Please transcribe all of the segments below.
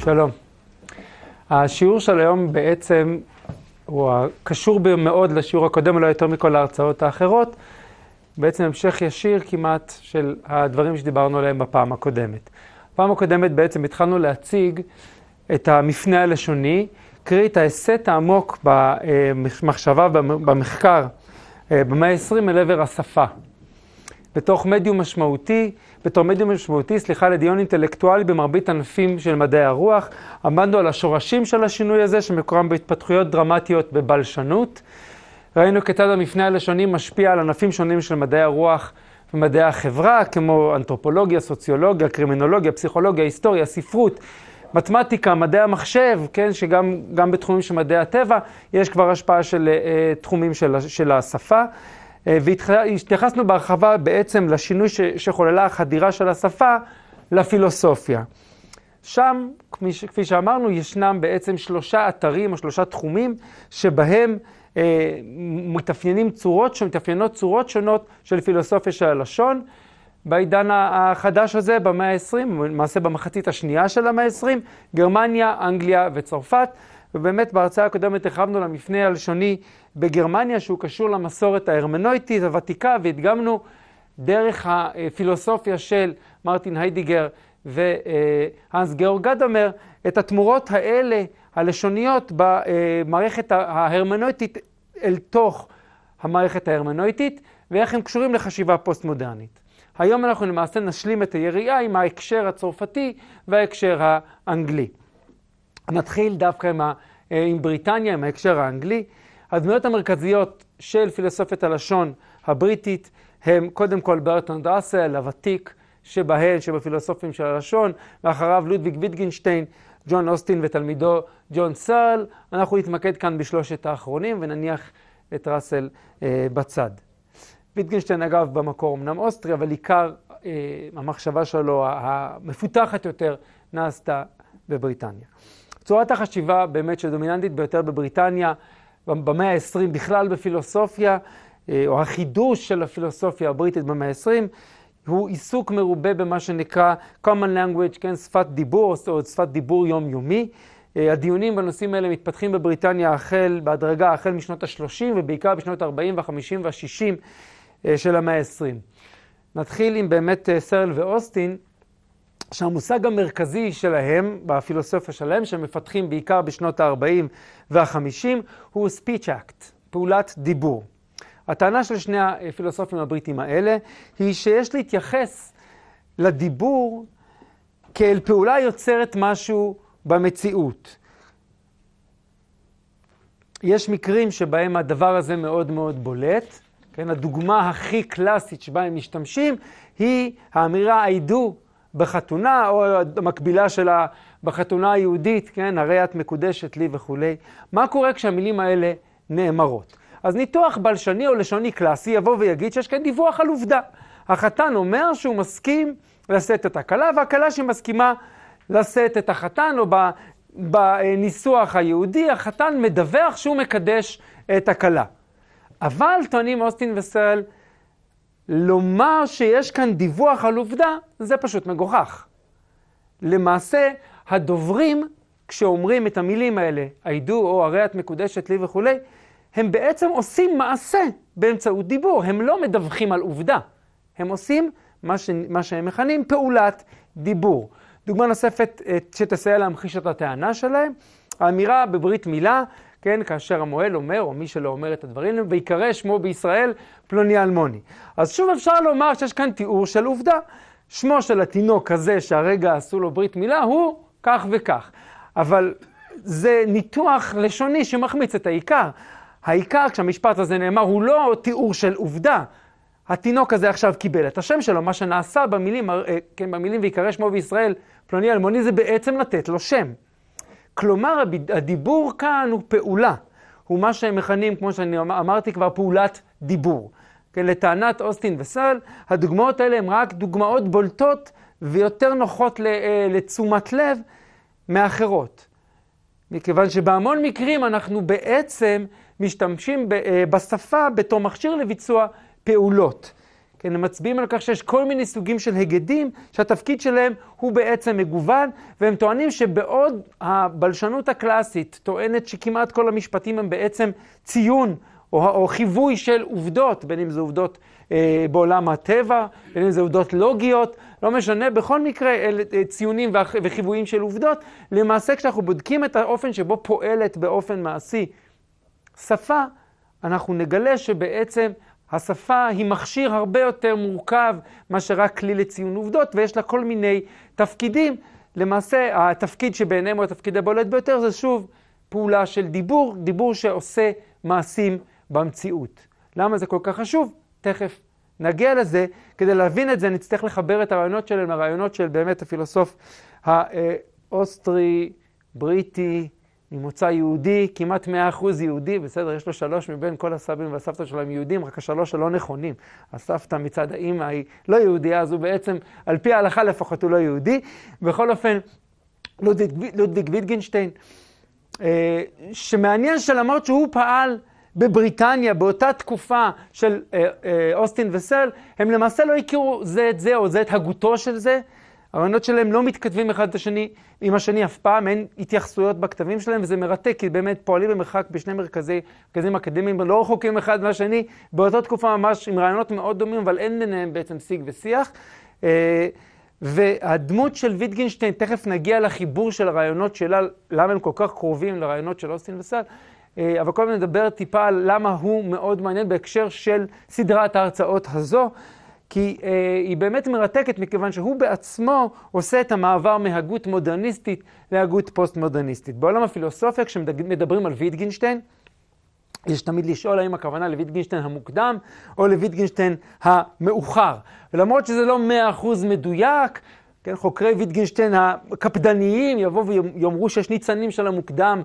שלום. השיעור של היום בעצם הוא קשור מאוד לשיעור הקודם, אולי יותר מכל ההרצאות האחרות. בעצם המשך ישיר כמעט של הדברים שדיברנו עליהם בפעם הקודמת. בפעם הקודמת בעצם התחלנו להציג את המפנה הלשוני, קרי את ההסת העמוק במחשבה, במחקר, במאה ה-20 אל עבר השפה. בתור מדיום משמעותי, לדיון אינטלקטואלי במרבית ענפים של מדעי הרוח, עמדנו על השורשים של השינוי הזה, שמקורם בהתפתחויות דרמטיות בבלשנות. ראינו כיצד המפנה הלשוני משפיע על ענפים שונים של מדעי הרוח ומדעי החברה, כמו אנתרופולוגיה, סוציולוגיה, קרימינולוגיה, פסיכולוגיה, היסטוריה, ספרות, מתמטיקה, מדעי המחשב, כן, שגם בתחומים של מדעי הטבע יש כבר השפעה של תחומים של השפה. והתייחסנו בהרחבה בעצם לשינוי שחוללה החדירה של השפה לפילוסופיה. שם, כפי שאמרנו, ישנם בעצם 3 אתרים או 3 תחומים שבהם מתאפיינות צורות שונות של פילוסופיה של הלשון. בעידן החדש הזה, במאה ה-20, למעשה במחצית השנייה של המאה ה-20, גרמניה, אנגליה וצרפת. ובאמת בהרצאה הקודמת הרחבנו למפנה הלשוני בגרמניה, שהוא קשור למסורת ההרמנויטית הוותיקה, והדגמנו דרך הפילוסופיה של מרטין היידיגר והנס גאורג גדמר את התמורות האלה הלשוניות במערכת ההרמנויטית אל תוך המערכת ההרמנויטית, ואיך הם קשורים לחשיבה פוסט-מודרנית. היום אנחנו למעשה נשלים את היריעה עם ההקשר הצרפתי וההקשר האנגלי. נתחיל דווקא עם בריטניה, עם ההקשר האנגלי. הדמויות המרכזיות של פילוסופיית הלשון הבריטית הם קודם כל ברטרנד ראסל, הוותיק שבפילוסופים של הלשון, ואחריו לודוויג ויטגנשטיין, ג'ון אוסטין ותלמידו ג'ון סרל. אנחנו נתמקד כאן בשלושת האחרונים ונניח את ראסל בצד. ויטגנשטיין אגב במקור אמנם אוסטרי, אבל עיקר המחשבה שלו המפותחת יותר נעשתה בבריטניה. צורת החשיבה באמת שדומיננטית ביותר בבריטניה, במאה ה-20 בכלל בפילוסופיה, או החידוש של הפילוסופיה הבריטית במאה ה-20, הוא עיסוק מרובה במה שנקרא common language, כן, שפת דיבור או שפת דיבור יומיומי. הדיונים בנושאים האלה מתפתחים בבריטניה בהדרגה החל משנות ה-30 ובעיקר בשנות ה-40 וה-50 וה-60 של המאה ה-20. נתחיל עם באמת סרל ואוסטין, שהמושג המרכזי שלהם, בפילוסופיה שלהם, שמפתחים בעיקר בשנות ה-40 וה-50, הוא speech act, פעולת דיבור. הטענה של שני הפילוסופים הבריטים האלה, היא שיש להתייחס לדיבור כאל פעולה יוצרת משהו במציאות. יש מקרים שבהם הדבר הזה מאוד מאוד בולט, כן? הדוגמה הכי קלאסית שבה הם משתמשים, היא האמירה I do, בחתונה, או המקבילה שלה בחתונה היהודית, כן, הרי את מקודשת לי וכו'. מה קורה כשהמילים האלה נאמרות? אז ניתוח בלשני או לשוני קלאסי יבוא ויגיד שיש כאן דיווח על עובדה. החתן אומר שהוא מסכים לשאת את הכלה, והכלה שמסכימה לשאת את החתן, או בניסוח היהודי, החתן מדווח שהוא מקדש את הכלה. אבל טוענים אוסטין וסרל, לומר שיש כאן דיווח על עובדה, זה פשוט מגוחך. למעשה, הדוברים, כשאומרים את המילים האלה, הידו או הרי את מקודשת לי וכו', הם בעצם עושים מעשה באמצעות דיבור. הם לא מדווחים על עובדה. הם עושים מה שהם מכנים פעולת דיבור. דוגמה נוספת שתסייע להמחיש את הטענה שלהם, האמירה בברית מילה, כן, כאשר המוהל אומר, או מי שלא אומר את הדברים, ויקרא שמו בישראל פלוני אלמוני. אז שוב אפשר לומר שיש כאן תיאור של עובדה. שמו של התינוק הזה שהרגע עשו לו ברית מילה הוא כך וכך. אבל זה ניתוח לשוני שמחמיץ את העיקר. העיקר כשהמשפט הזה נאמר הוא לא תיאור של עובדה. התינוק הזה עכשיו קיבל את השם שלו, מה שנעשה במילים, כן, במילים ויקרא שמו בישראל פלוני אלמוני זה בעצם לתת לו שם. כלומר, הדיבור כאן הוא פעולה. הוא מה שהם מכנים, כמו שאני אמרתי כבר, פעולת דיבור. כן, לטענת אוסטין וסרל, הדוגמאות האלה הן רק דוגמאות בולטות ויותר נוחות לתשומת לב מאחרות. מכיוון שבהמון מקרים אנחנו בעצם משתמשים בשפה בתור מכשיר לביצוע פעולות. כן, הם מצביעים על כך שיש כל מיני סוגים של היגדים, שהתפקיד שלהם הוא בעצם מגוון, והם טוענים שבעוד הבלשנות הקלאסית טוענת שכמעט כל המשפטים הם בעצם ציון או חיווי של עובדות, בין אם זה עובדות בעולם הטבע, בין אם זה עובדות לוגיות, לא משנה, בכל מקרה אלה ציונים וחיוויים של עובדות. למעשה כשאנחנו בודקים את האופן שבו פועלת באופן מעשי שפה, אנחנו נגלה שבעצם השפה היא מכשיר הרבה יותר מורכב מאשר רק כלי לציון עובדות, ויש לה כל מיני תפקידים. למעשה התפקיד שבעיניהם הוא התפקיד הבולט ביותר זה שוב פעולה של דיבור, דיבור שעושה מעשים במציאות. למה זה כל כך חשוב? תכף נגיע לזה. כדי להבין את זה נצטרך לחבר את הרעיונות שלהם לרעיונות של באמת הפילוסוף האוסטרי, בריטי, ממוצא יהודי, כמעט 100% יהודי, בסדר, יש לו 3 מבין כל הסבים והסבתות שלהם יהודים, רק 3 הלא נכונים. הסבתא מצד האמא היא לא יהודייה, אז הוא בעצם, על פי ההלכה לפחות הוא לא יהודי. בכל אופן, לודוויג ויטגנשטיין, שמעניין שלמרות שהוא פעל בבריטניה, באותה תקופה של אוסטין וסל, הם למעשה לא הכירו זה את זה או זה את הגותו של זה. הרעיונות שלהם לא מתכתבים אחד את השני עם השני אף פעם, אין התייחסויות בכתבים שלהם, וזה מרתק, כי באמת פועלים במרחק בשני מרכזים אקדמיים, לא רחוקים אחד מהשני, באותה תקופה ממש עם רעיונות מאוד דומים, אבל אין ביניהם בעצם שיג ושיח. והדמות של ויטגנשטיין, תכף נגיע לחיבור של הרעיונות שלה, למה הם כל כך קרובים לרעיונות של אוסטין וסל, אבל קודם נדבר טיפה על למה הוא מאוד מעניין בהקשר של סדרת ההרצאות הזו, כי היא באמת מרתקת מכיוון שהוא בעצמו עושה את המעבר מהגות מודרניסטית להגות פוסט-מודרניסטית. בעולם הפילוסופיה, כשמדברים על ויטגנשטיין, יש תמיד לשאול האם הכוונה לויטגנשטיין המוקדם או לויטגנשטיין המאוחר. ולמרות שזה לא 100% מדויק, כן, חוקרי ויטגנשטיין הקפדניים יבואו ויאמרו שיש ניצנים של המוקדם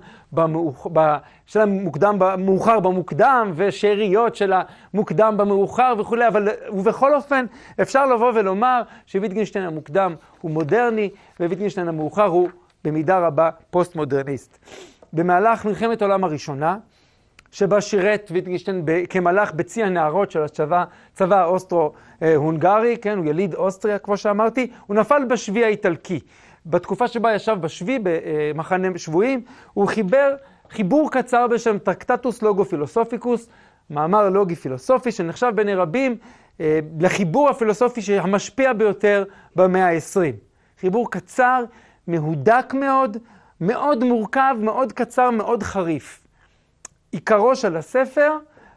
במאוחר במוקדם, ושאריות של המוקדם במאוחר וכו'. אבל ובכל אופן אפשר לבוא ולומר שוויטגנשטיין המוקדם הוא מודרני, וויטגנשטיין המאוחר הוא במידה רבה פוסט-מודרניסט. במהלך מלחמת העולם הראשונה, שבה שירת ויטגנשטיין כמלאך בצי הנערות של הצבא האוסטרו-הונגרי, כן, הוא יליד אוסטריה כמו שאמרתי, הוא נפל בשבי האיטלקי. בתקופה שבה ישב בשבי במחנה שבויים, הוא חיבר חיבור קצר בשם טרקטטוס לוגו פילוסופיקוס, מאמר לוגי פילוסופי שנחשב בעיני רבים לחיבור הפילוסופי המשפיע ביותר במאה ה-20. חיבור קצר, מהודק מאוד, מאוד מורכב, מאוד קצר, מאוד חריף. עיקרו של הספר,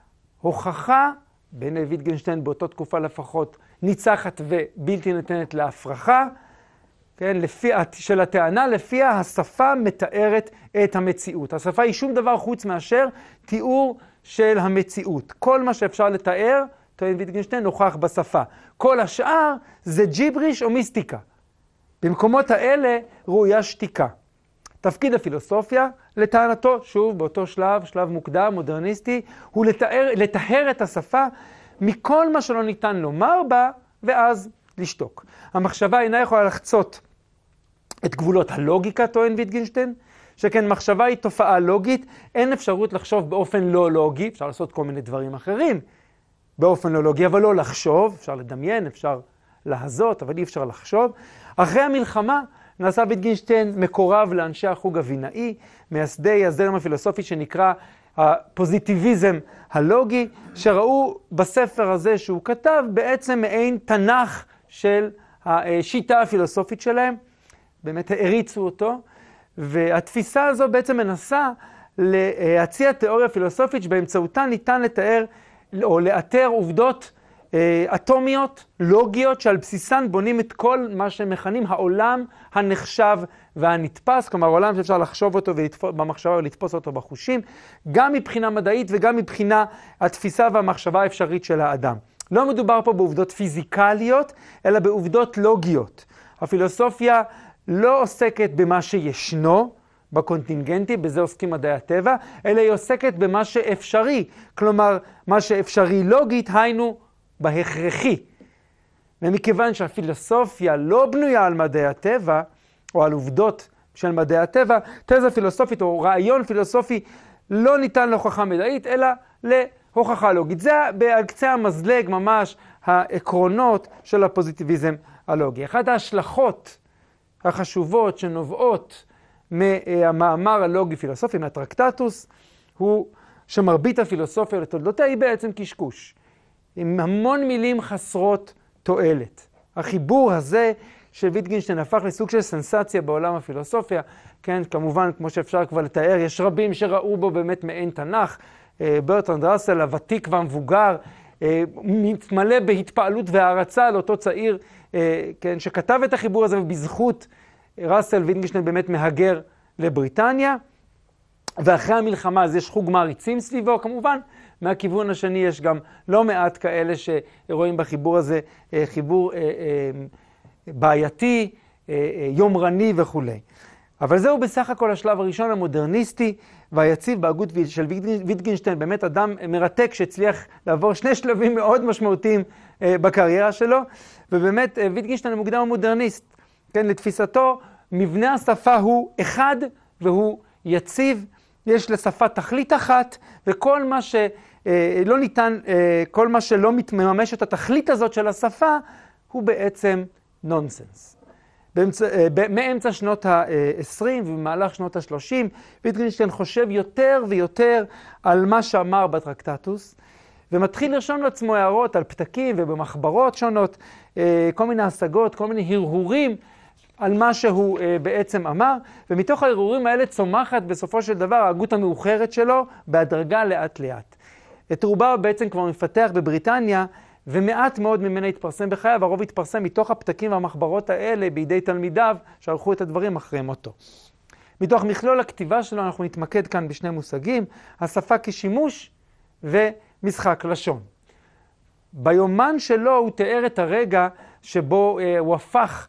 הוכחה, בעיני ויטגנשטיין באותה תקופה לפחות, ניצחת ובלתי ניתנת להפרחה, כן, של הטענה לפיה השפה מתארת את המציאות. השפה היא שום דבר חוץ מאשר תיאור של המציאות. כל מה שאפשר לתאר, טוען ויטגנשטיין, נוכח בשפה. כל השאר זה ג'יבריש או מיסטיקה. במקומות האלה ראויה שתיקה. תפקיד הפילוסופיה, לטענתו, שוב, באותו שלב מוקדם, מודרניסטי, הוא לטהר את השפה מכל מה שלא ניתן לומר בה, ואז לשתוק. המחשבה אינה יכולה לחצות את גבולות הלוגיקה, טוען ויטגנשטיין, שכן מחשבה היא תופעה לוגית, אין אפשרות לחשוב באופן לא לוגי, אפשר לעשות כל מיני דברים אחרים באופן לא לוגי, אבל לא לחשוב, אפשר לדמיין, אפשר להזות, אבל אי אפשר לחשוב. אחרי המלחמה, נעשה ויטגנשטיין מקורב לאנשי החוג הווינאי, מייסדי הזרם הפילוסופי שנקרא הפוזיטיביזם הלוגי, שראו בספר הזה שהוא כתב בעצם מעין תנ"ך של השיטה הפילוסופית שלהם, באמת העריצו אותו, והתפיסה הזו בעצם מנסה להציע תיאוריה פילוסופית שבאמצעותה ניתן לתאר או לאתר עובדות אטומיות, לוגיות, שעל בסיסן בונים את כל מה שמכנים העולם הנחשב והנתפס, כלומר העולם שאפשר לחשוב אותו במחשבה ולתפוס אותו בחושים, גם מבחינה מדעית וגם מבחינה התפיסה והמחשבה האפשרית של האדם. לא מדובר פה בעובדות פיזיקליות, אלא בעובדות לוגיות. הפילוסופיה לא עוסקת במה שישנו, בקונטינגנטי, בזה עוסקים מדעי הטבע, אלא היא עוסקת במה שאפשרי, כלומר מה שאפשרי לוגית, היינו בהכרחי. ומכיוון שהפילוסופיה לא בנויה על מדעי הטבע, או על עובדות של מדעי הטבע, תזה פילוסופית או רעיון פילוסופי לא ניתן להוכחה מדעית, אלא להוכחה לוגית. זה בקצה המזלג ממש העקרונות של הפוזיטיביזם הלוגי. אחת ההשלכות החשובות שנובעות מהמאמר הלוגי פילוסופי, מהטרקטטוס, הוא שמרבית הפילוסופיה לתולדותיה היא בעצם קשקוש, עם המון מילים חסרות תועלת. החיבור הזה של ויטגנשטיין הפך לסוג של סנסציה בעולם הפילוסופיה, כן, כמובן, כמו שאפשר כבר לתאר, יש רבים שראו בו באמת מעין תנ"ך. ברטרנד ראסל, הוותיק והמבוגר, מתמלא בהתפעלות והערצה על אותו צעיר, כן, שכתב את החיבור הזה, ובזכות ראסל ויטגנשטיין באמת מהגר לבריטניה, ואחרי המלחמה אז יש חוג מעריצים סביבו, כמובן, מהכיוון השני יש גם לא מעט כאלה שרואים בחיבור הזה חיבור בעייתי, יומרני וכו'. אבל זהו בסך הכל השלב הראשון המודרניסטי והיציב בהגות של ויטגנשטיין, באמת אדם מרתק שהצליח לעבור שני שלבים מאוד משמעותיים בקריירה שלו, ובאמת ויטגנשטיין מוקדם המודרניסט. כן, לתפיסתו, מבנה השפה הוא אחד והוא יציב, יש לשפה תכלית אחת, וכל מה שלא ניתן, כל מה שלא מממש את התכלית הזאת של השפה, הוא בעצם נונסנס. מאמצע שנות ה-20 ובמהלך שנות ה-30, ויטגנשטיין חושב יותר ויותר על מה שאמר בטרקטטוס, ומתחיל לרשום לעצמו הערות על פתקים ובמחברות שונות, כל מיני השגות, כל מיני הרהורים על מה שהוא בעצם אמר, ומתוך ההרהורים האלה צומחת בסופו של דבר ההגות המאוחרת שלו בהדרגה לאט לאט. את רובה בעצם כבר מפתח בבריטניה, ומעט מאוד ממנה התפרסם בחייו, הרוב התפרסם מתוך הפתקים והמחברות האלה בידי תלמידיו שערכו את הדברים אחרי מותו. מתוך מכלול הכתיבה שלו אנחנו נתמקד כאן בשני מושגים, השפה כשימוש ומשחק לשון. ביומן שלו הוא תיאר את הרגע שבו הוא הפך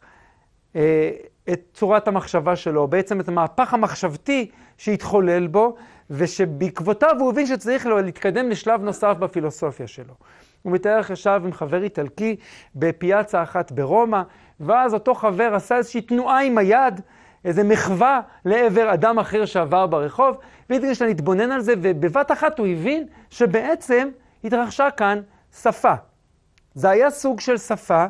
את צורת המחשבה שלו, בעצם את המהפך המחשבתי שהתחולל בו, ושבעקבותיו הוא הבין שצריך לו להתקדם לשלב נוסף בפילוסופיה שלו. הוא מתאר איך ישב עם חבר איטלקי בפיאצה אחת ברומא, ואז אותו חבר עשה איזושהי תנועה עם היד, איזו מחווה לעבר אדם אחר שעבר ברחוב, ויטגנשטיין התבונן על זה, ובבת אחת הוא הבין שבעצם התרחשה כאן שפה. זה היה סוג של שפה,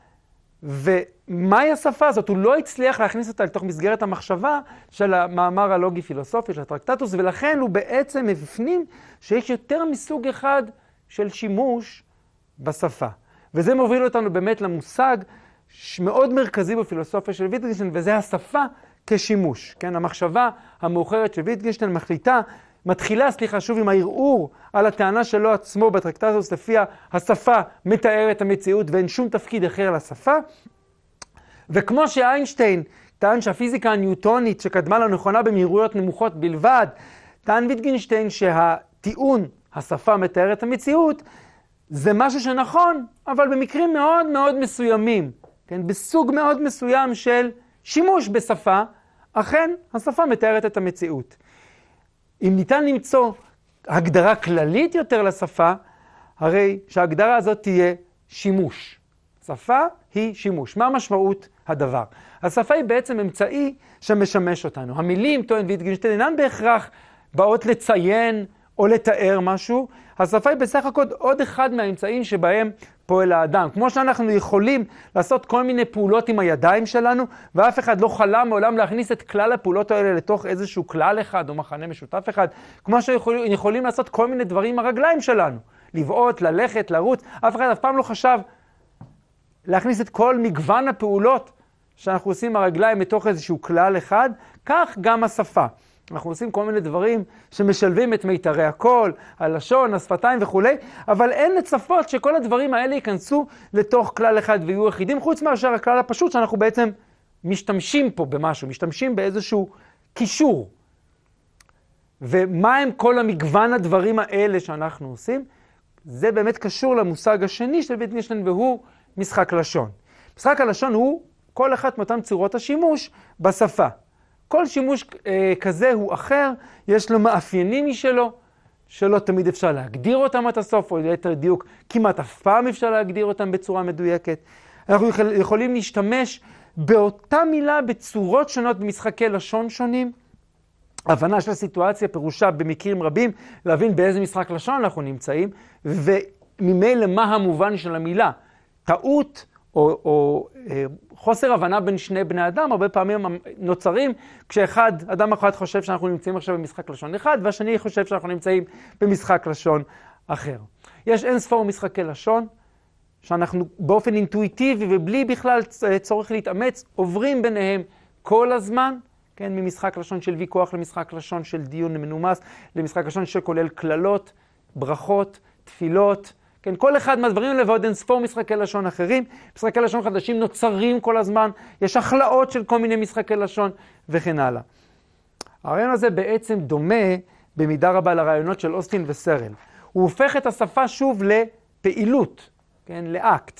ומהי השפה הזאת? הוא לא הצליח להכניס אותה לתוך מסגרת המחשבה של המאמר הלוגי פילוסופי של הטרקטטוס, ולכן הוא בעצם מפנים שיש יותר מסוג אחד של שימוש בשפה. וזה מוביל אותנו באמת למושג מאוד מרכזי בפילוסופיה של ויטגנשטיין, וזה השפה כשימוש. כן, המחשבה המאוחרת של ויטגנשטיין מתחילה שוב עם הערעור על הטענה שלו עצמו בטרקטטוס, לפיה השפה מתארת המציאות ואין שום תפקיד אחר לשפה. וכמו שאיינשטיין טען שהפיזיקה הניוטונית שקדמה לה נכונה במהירויות נמוכות בלבד, טען ויטגנשטיין שהטיעון השפה מתארת המציאות זה משהו שנכון, אבל במקרים מאוד מאוד מסוימים, כן, בסוג מאוד מסוים של שימוש בשפה, אכן השפה מתארת את המציאות. אם ניתן למצוא הגדרה כללית יותר לשפה, הרי שההגדרה הזאת תהיה שימוש. שפה היא שימוש. מה משמעות הדבר? השפה היא בעצם אמצעי שמשמש אותנו. המילים, טוען ויטגנשטיין, אינן בהכרח באות לציין או לתאר משהו. השפה היא בסך הכל עוד אחד מהאמצעים שבהם פועל האדם. כמו שאנחנו יכולים לעשות כל מיני פעולות עם הידיים שלנו, ואף אחד לא חלם מעולם להכניס את כלל הפעולות האלה לתוך איזשהו כלל אחד או מחנה משותף אחד, כמו שיכולים לעשות כל מיני דברים עם הרגליים שלנו. לבעוט, ללכת, לרוץ. אף אחד אף פעם לא חשב להכניס את כל מגוון הפעולות שאנחנו עושים עם הרגליים מתוך איזשהו כלל אחד, כך גם השפה. אנחנו עושים כל מיני דברים שמשלבים את מיתרי הקול, הלשון, השפתיים וכו', אבל אין לצפות שכל הדברים האלה ייכנסו לתוך כלל אחד ויהיו יחידים, חוץ מאשר הכלל הפשוט שאנחנו בעצם משתמשים פה במשהו, משתמשים באיזשהו קישור. ומה הם כל המגוון הדברים האלה שאנחנו עושים? זה באמת קשור למושג השני של ויטגנשטיין, והוא משחק לשון. משחק הלשון הוא כל אחת מאותן צורות השימוש בשפה. כל שימוש כזה הוא אחר, יש לו מאפיינים משלו, שלא תמיד אפשר להגדיר אותם עד הסוף, או ליתר דיוק, כמעט אף פעם אפשר להגדיר אותם בצורה מדויקת. אנחנו יכולים להשתמש באותה מילה בצורות שונות במשחקי לשון שונים. הבנה של הסיטואציה פירושה במקרים רבים להבין באיזה משחק לשון אנחנו נמצאים, ממילא מה המובן של המילה. טעות או חוסר הבנה בין שני בני אדם, הרבה פעמים נוצרים אדם אחד חושב שאנחנו נמצאים עכשיו במשחק לשון אחד, והשני חושב שאנחנו נמצאים במשחק לשון אחר. יש אין ספור משחקי לשון, שאנחנו באופן אינטואיטיבי ובלי בכלל צורך להתאמץ, עוברים ביניהם כל הזמן, כן, ממשחק לשון של ויכוח למשחק לשון של דיון מנומס, למשחק לשון שכולל כללות, ברכות, תפילות, כן, כל אחד מהדברים האלה ועוד אין ספור משחקי לשון אחרים. משחקי לשון חדשים נוצרים כל הזמן, יש הכלאות של כל מיני משחקי לשון וכן הלאה. הרעיון הזה בעצם דומה במידה רבה לרעיונות של אוסטין וסרל. הוא הופך את השפה שוב לפעילות, כן, לאקט.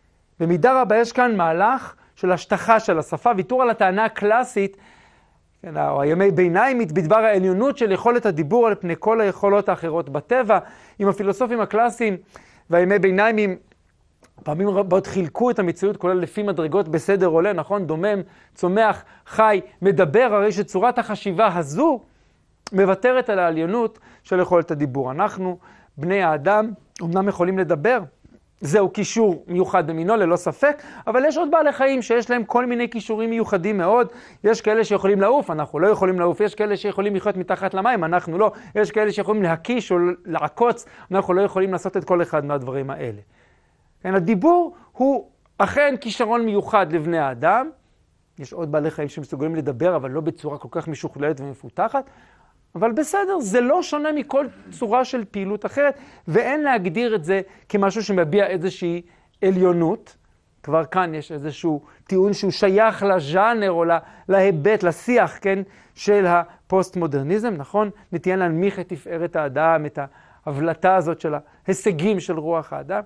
במידה רבה יש כאן מהלך של השטחה של השפה, ויתור על הטענה הקלאסית, כן, או הימי ביניימית בדבר העליונות של יכולת הדיבור על פני כל היכולות האחרות בטבע. עם הפילוסופים הקלאסיים והימי ביניימים פעמים רבות חילקו את המציאות כולל לפי מדרגות בסדר עולה, נכון? דומם, צומח, חי, מדבר, הרי שצורת החשיבה הזו מוותרת על העליונות של יכולת הדיבור. אנחנו, בני האדם, אמנם יכולים לדבר, זהו קישור מיוחד במינו ללא ספק, אבל יש עוד בעלי חיים שיש להם כל מיני קישורים מיוחדים מאוד. יש כאלה שיכולים לעוף, אנחנו לא יכולים לעוף. יש כאלה שיכולים לחיות מתחת למים, אנחנו לא. יש כאלה שיכולים להקיש או לעקוץ, אנחנו לא יכולים לעשות את כל אחד מהדברים האלה. כן, הדיבור הוא אכן כישרון מיוחד לבני האדם. יש עוד בעלי חיים שמסוגלים לדבר, אבל לא בצורה כל כך משוכללת ומפותחת. אבל בסדר, זה לא שונה מכל צורה של פעילות אחרת, ואין להגדיר את זה כמשהו שמביע איזושהי עליונות. כבר כאן יש איזשהו טיעון שהוא שייך לז'אנר או להיבט, לשיח, כן, של הפוסט-מודרניזם, נכון? נטיין להנמיך את תפארת האדם, את ההבלטה הזאת של ההישגים של רוח האדם.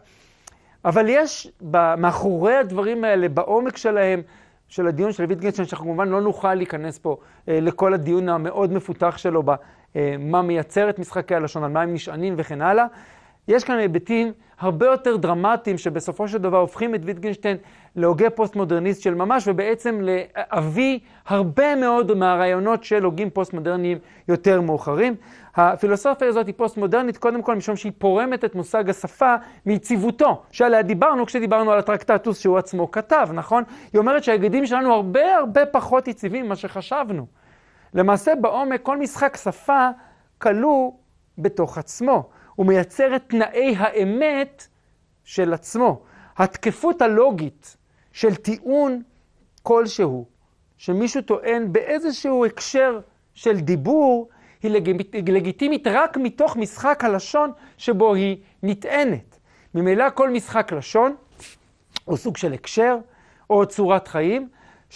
אבל יש מאחורי הדברים האלה, בעומק שלהם, של הדיון של ויטגנשטיין, שאנחנו כמובן לא נוכל להיכנס פה לכל הדיון המאוד מפותח שלו במה מייצר את משחקי הלשון, על מה הם נשענים וכן הלאה. יש כאן היבטים הרבה יותר דרמטיים שבסופו של דבר הופכים את ויטגנשטיין להוגה פוסט-מודרניסט של ממש, ובעצם להביא הרבה מאוד מהרעיונות של הוגים פוסט-מודרניים יותר מאוחרים. הפילוסופיה הזאת היא פוסט-מודרנית קודם כל משום שהיא פורמת את מושג השפה מיציבותו, שעליה דיברנו כשדיברנו על הטרקטטוס שהוא עצמו כתב, נכון? היא אומרת שההיגדים שלנו הרבה פחות יציבים ממה שחשבנו. למעשה בעומק כל משחק שפה כלוא בתוך עצמו. הוא מייצר את תנאי האמת של עצמו. התקפות הלוגית של טיעון כלשהו, שמישהו טוען באיזשהו הקשר של דיבור, היא לגיטימית רק מתוך משחק הלשון שבו היא נטענת. ממילא כל משחק לשון, או סוג של הקשר, או צורת חיים,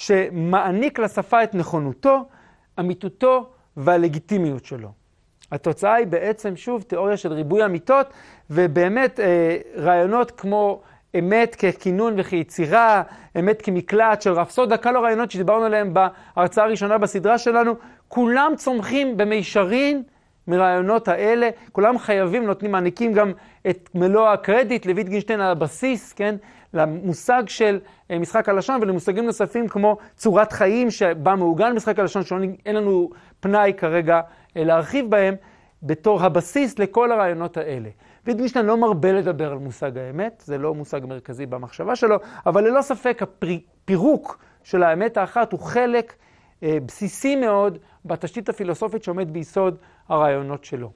שמעניק לשפה את נכונותו, אמיתותו והלגיטימיות שלו. התוצאה היא בעצם, שוב, תיאוריה של ריבוי אמיתות, ובאמת רעיונות כמו אמת ככינון וכיצירה, אמת כמקלט של רפסודה, כל הרעיונות שדיברנו עליהם בהרצאה הראשונה בסדרה שלנו, כולם צומחים במישרין מרעיונות האלה, כולם חייבים, מעניקים גם את מלוא הקרדיט לויטגנשטיין על הבסיס, כן? למושג של משחק הלשון ולמושגים נוספים כמו צורת חיים שבה מעוגן משחק הלשון, שאין לנו פנאי כרגע להרחיב בהם, בתור הבסיס לכל הרעיונות האלה. ויטגנשטיין לא מרבה לדבר על מושג האמת, זה לא מושג מרכזי במחשבה שלו, אבל ללא ספק הפירוק של האמת האחת הוא חלק בסיסי מאוד בתשתית הפילוסופית שעומד ביסוד הרעיונות שלו.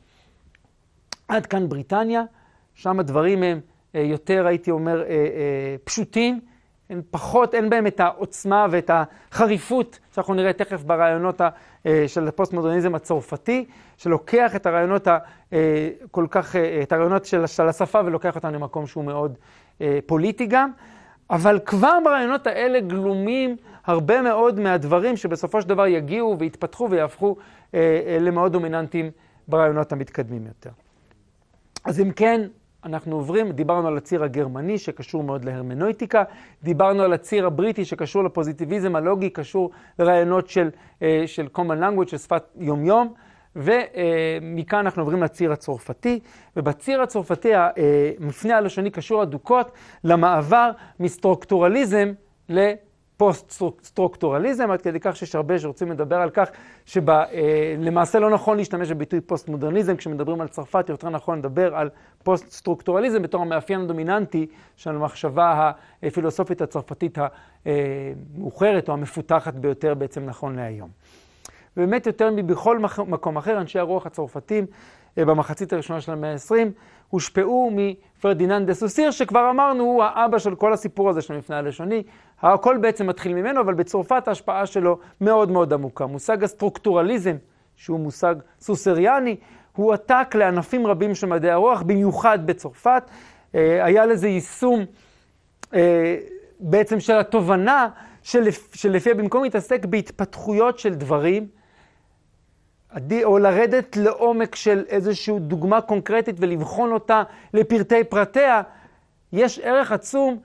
עד כאן בריטניה, שם הדברים הם יותר, הייתי אומר, פשוטים, אין בהם את העוצמה ואת החריפות שאנחנו נראה תכף ברעיונות של הפוסט-מודרניזם הצרפתי, שלוקח את הרעיונות כל כך, את הרעיונות של השפה ולוקח אותם למקום שהוא מאוד פוליטי גם, אבל כבר ברעיונות האלה גלומים הרבה מאוד מהדברים שבסופו של דבר יגיעו ויתפתחו ויהפכו למאוד דומיננטיים ברעיונות המתקדמים יותר. אז אם כן, אנחנו עוברים, דיברנו על הציר הגרמני שקשור מאוד להרמנויטיקה, דיברנו על הציר הבריטי שקשור לפוזיטיביזם הלוגי, קשור לרעיונות של common language, של שפת יום-יום, ומכאן אנחנו עוברים לציר הצרפתי, ובציר הצרפתי המפנה הלשוני קשור אדוקות למעבר מסטרוקטורליזם פוסט-סטרוקטורליזם, עד כדי כך שיש הרבה שרוצים לדבר על כך שלמעשה לא נכון להשתמש בביטוי פוסט-מודרניזם, כשמדברים על צרפת יותר נכון לדבר על פוסט-סטרוקטורליזם בתור המאפיין הדומיננטי של המחשבה הפילוסופית הצרפתית המאוחרת או המפותחת ביותר בעצם נכון להיום. ובאמת יותר מבכל מקום אחר, אנשי הרוח הצרפתים במחצית הראשונה של המאה ה-20 הושפעו מפרדיננד דה סוסיר, שכבר אמרנו הוא האבא של כל הסיפור הזה של המפנה הלשוני. הכל בעצם מתחיל ממנו, אבל בצרפת ההשפעה שלו מאוד מאוד עמוקה. מושג הסטרוקטורליזם, שהוא מושג סוסריאני, הוא עתק לענפים רבים של מדעי הרוח, במיוחד בצרפת. היה לזה יישום בעצם של התובנה שלפיה במקום להתעסק בהתפתחויות של דברים, או לרדת לעומק של איזושהי דוגמה קונקרטית ולבחון אותה לפרטי פרטיה, יש ערך עצום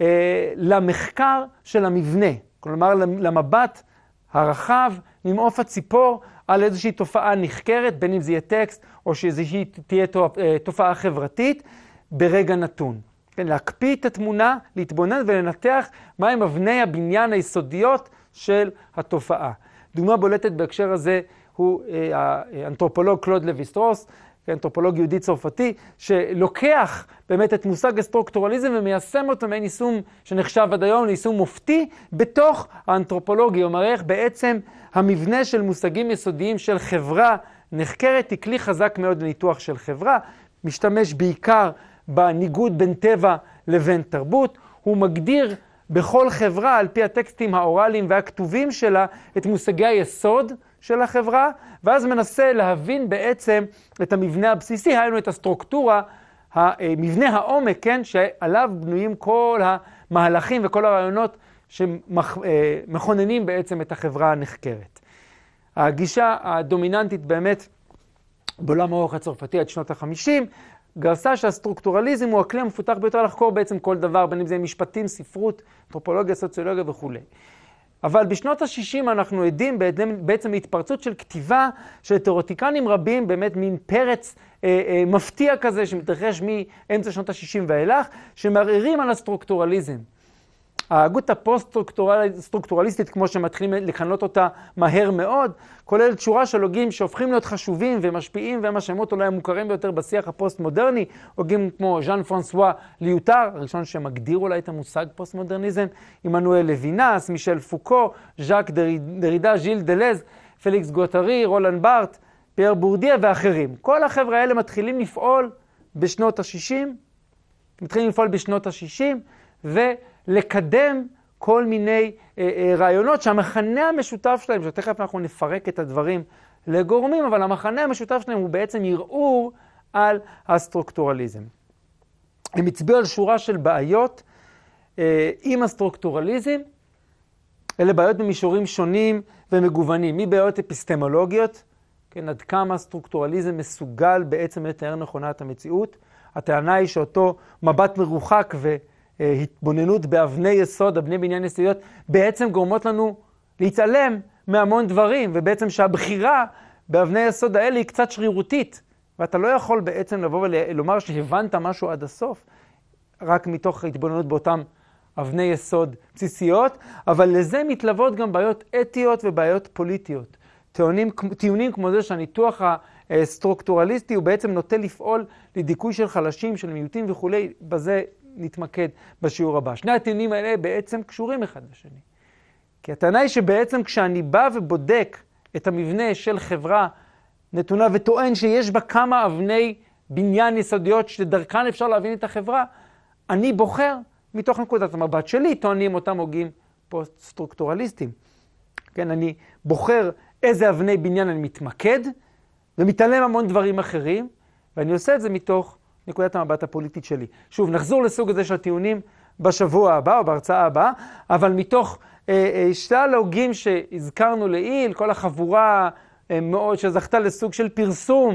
למחקר של המבנה. כלומר, למבט הרחב, ממעוף הציפור, על איזושהי תופעה נחקרת, בין אם זה יהיה טקסט, או שאיזושהי תהיה תופעה חברתית, ברגע נתון. כן, להקפיא את התמונה, להתבונן ולנתח מהם אבני הבניין היסודיות של התופעה. דוגמה בולטת בהקשר הזה הוא האנתרופולוג קלוד לוי-סטרוס, אנתרופולוג יהודי צרפתי, שלוקח באמת את מושג הסטרוקטורליזם ומיישם אותו מעין יישום שנחשב עד היום ליישום מופתי בתוך האנתרופולוגיה. הוא מראה איך בעצם המבנה של מושגים יסודיים של חברה נחקרת היא כלי חזק מאוד לניתוח של חברה, משתמש בעיקר בניגוד בין טבע לבין תרבות. הוא מגדיר בכל חברה, על פי הטקסטים האורליים והכתובים שלה, את מושגי היסוד של החברה, ואז מנסה להבין בעצם את המבנה הבסיסי, היינו את הסטרוקטורה, המבנה העומק, כן, שעליו בנויים כל המהלכים וכל הרעיונות שמכוננים בעצם את החברה הנחקרת. הגישה הדומיננטית באמת בעולם הרוח הצרפתי עד שנות ה-50, גרסה שהסטרוקטורליזם הוא הכלי המפותח ביותר לחקור בעצם כל דבר, בין אם זה משפטים, ספרות, אנתרופולוגיה, סוציולוגיה וכו'. אבל בשנות ה-60 אנחנו עדים בעצם להתפרצות של כתיבה של תיאורטיקנים רבים, באמת מין פרץ מפתיע כזה שמתרחש מאמצע שנות ה-60 ואילך, שמערערים על הסטרוקטורליזם. ההגות הפוסט-סטרוקטורליסטית, כמו שמתחילים לכנות אותה מהר מאוד, כוללת שורה של הוגים שהופכים להיות חשובים ומשפיעים, והם השמות אולי המוכרים ביותר בשיח הפוסט-מודרני, הוגים כמו ז'אן פרנסואה ליוטר, הראשון שמגדיר אולי את המושג פוסט-מודרניזם, עמנואל לוינס, מישל פוקו, ז'אק דרידה, ז'יל דלז, פליקס גוטרי, רולן בארט, פייר בורדיה ואחרים. כל החבר'ה האלה מתחילים לפעול בשנות ה-60, ולקדם כל מיני רעיונות שהמחנה המשותף שלהם, שתכף אנחנו נפרק את הדברים לגורמים, אבל המחנה המשותף שלהם הוא בעצם ערעור על הסטרוקטורליזם. הם הצביעו על שורה של בעיות עם הסטרוקטורליזם, אלה בעיות במישורים שונים ומגוונים, מבעיות אפיסטמולוגיות, כן, עד כמה הסטרוקטורליזם מסוגל בעצם לתאר נכונה את המציאות. הטענה היא שאותו מבט מרוחק והתבוננות באבני יסוד, אבני בניין יסודיות, בעצם גורמות לנו להתעלם מהמון דברים, ובעצם שהבחירה באבני יסוד האלה היא קצת שרירותית, ואתה לא יכול בעצם לבוא ולומר שהבנת משהו עד הסוף, רק מתוך התבוננות באותם אבני יסוד בסיסיות, אבל לזה מתלוות גם בעיות אתיות ובעיות פוליטיות. טיעונים כמו זה שהניתוח הסטרוקטורליסטי הוא בעצם נוטה לפעול לדיכוי של חלשים, של מיעוטים וכו', בזה נתמקד בשיעור הבא. שני הטיעונים האלה בעצם קשורים אחד לשני. כי הטענה היא שבעצם כשאני בא ובודק את המבנה של חברה נתונה וטוען שיש בה כמה אבני בניין יסודיות שדרכן אפשר להבין את החברה, אני בוחר מתוך נקודת המבט שלי, טוענים אותם הוגים פוסט-סטרוקטורליסטים. כן, אני בוחר איזה אבני בניין אני מתמקד, ומתעלם המון דברים אחרים, ואני עושה את זה מתוך נקודת המבט הפוליטית שלי. שוב, נחזור לסוג הזה של הטיעונים בשבוע הבא או בהרצאה הבאה, אבל מתוך שלל ההוגים שהזכרנו לעיל, כל החבורה מאוד שזכתה לסוג של פרסום,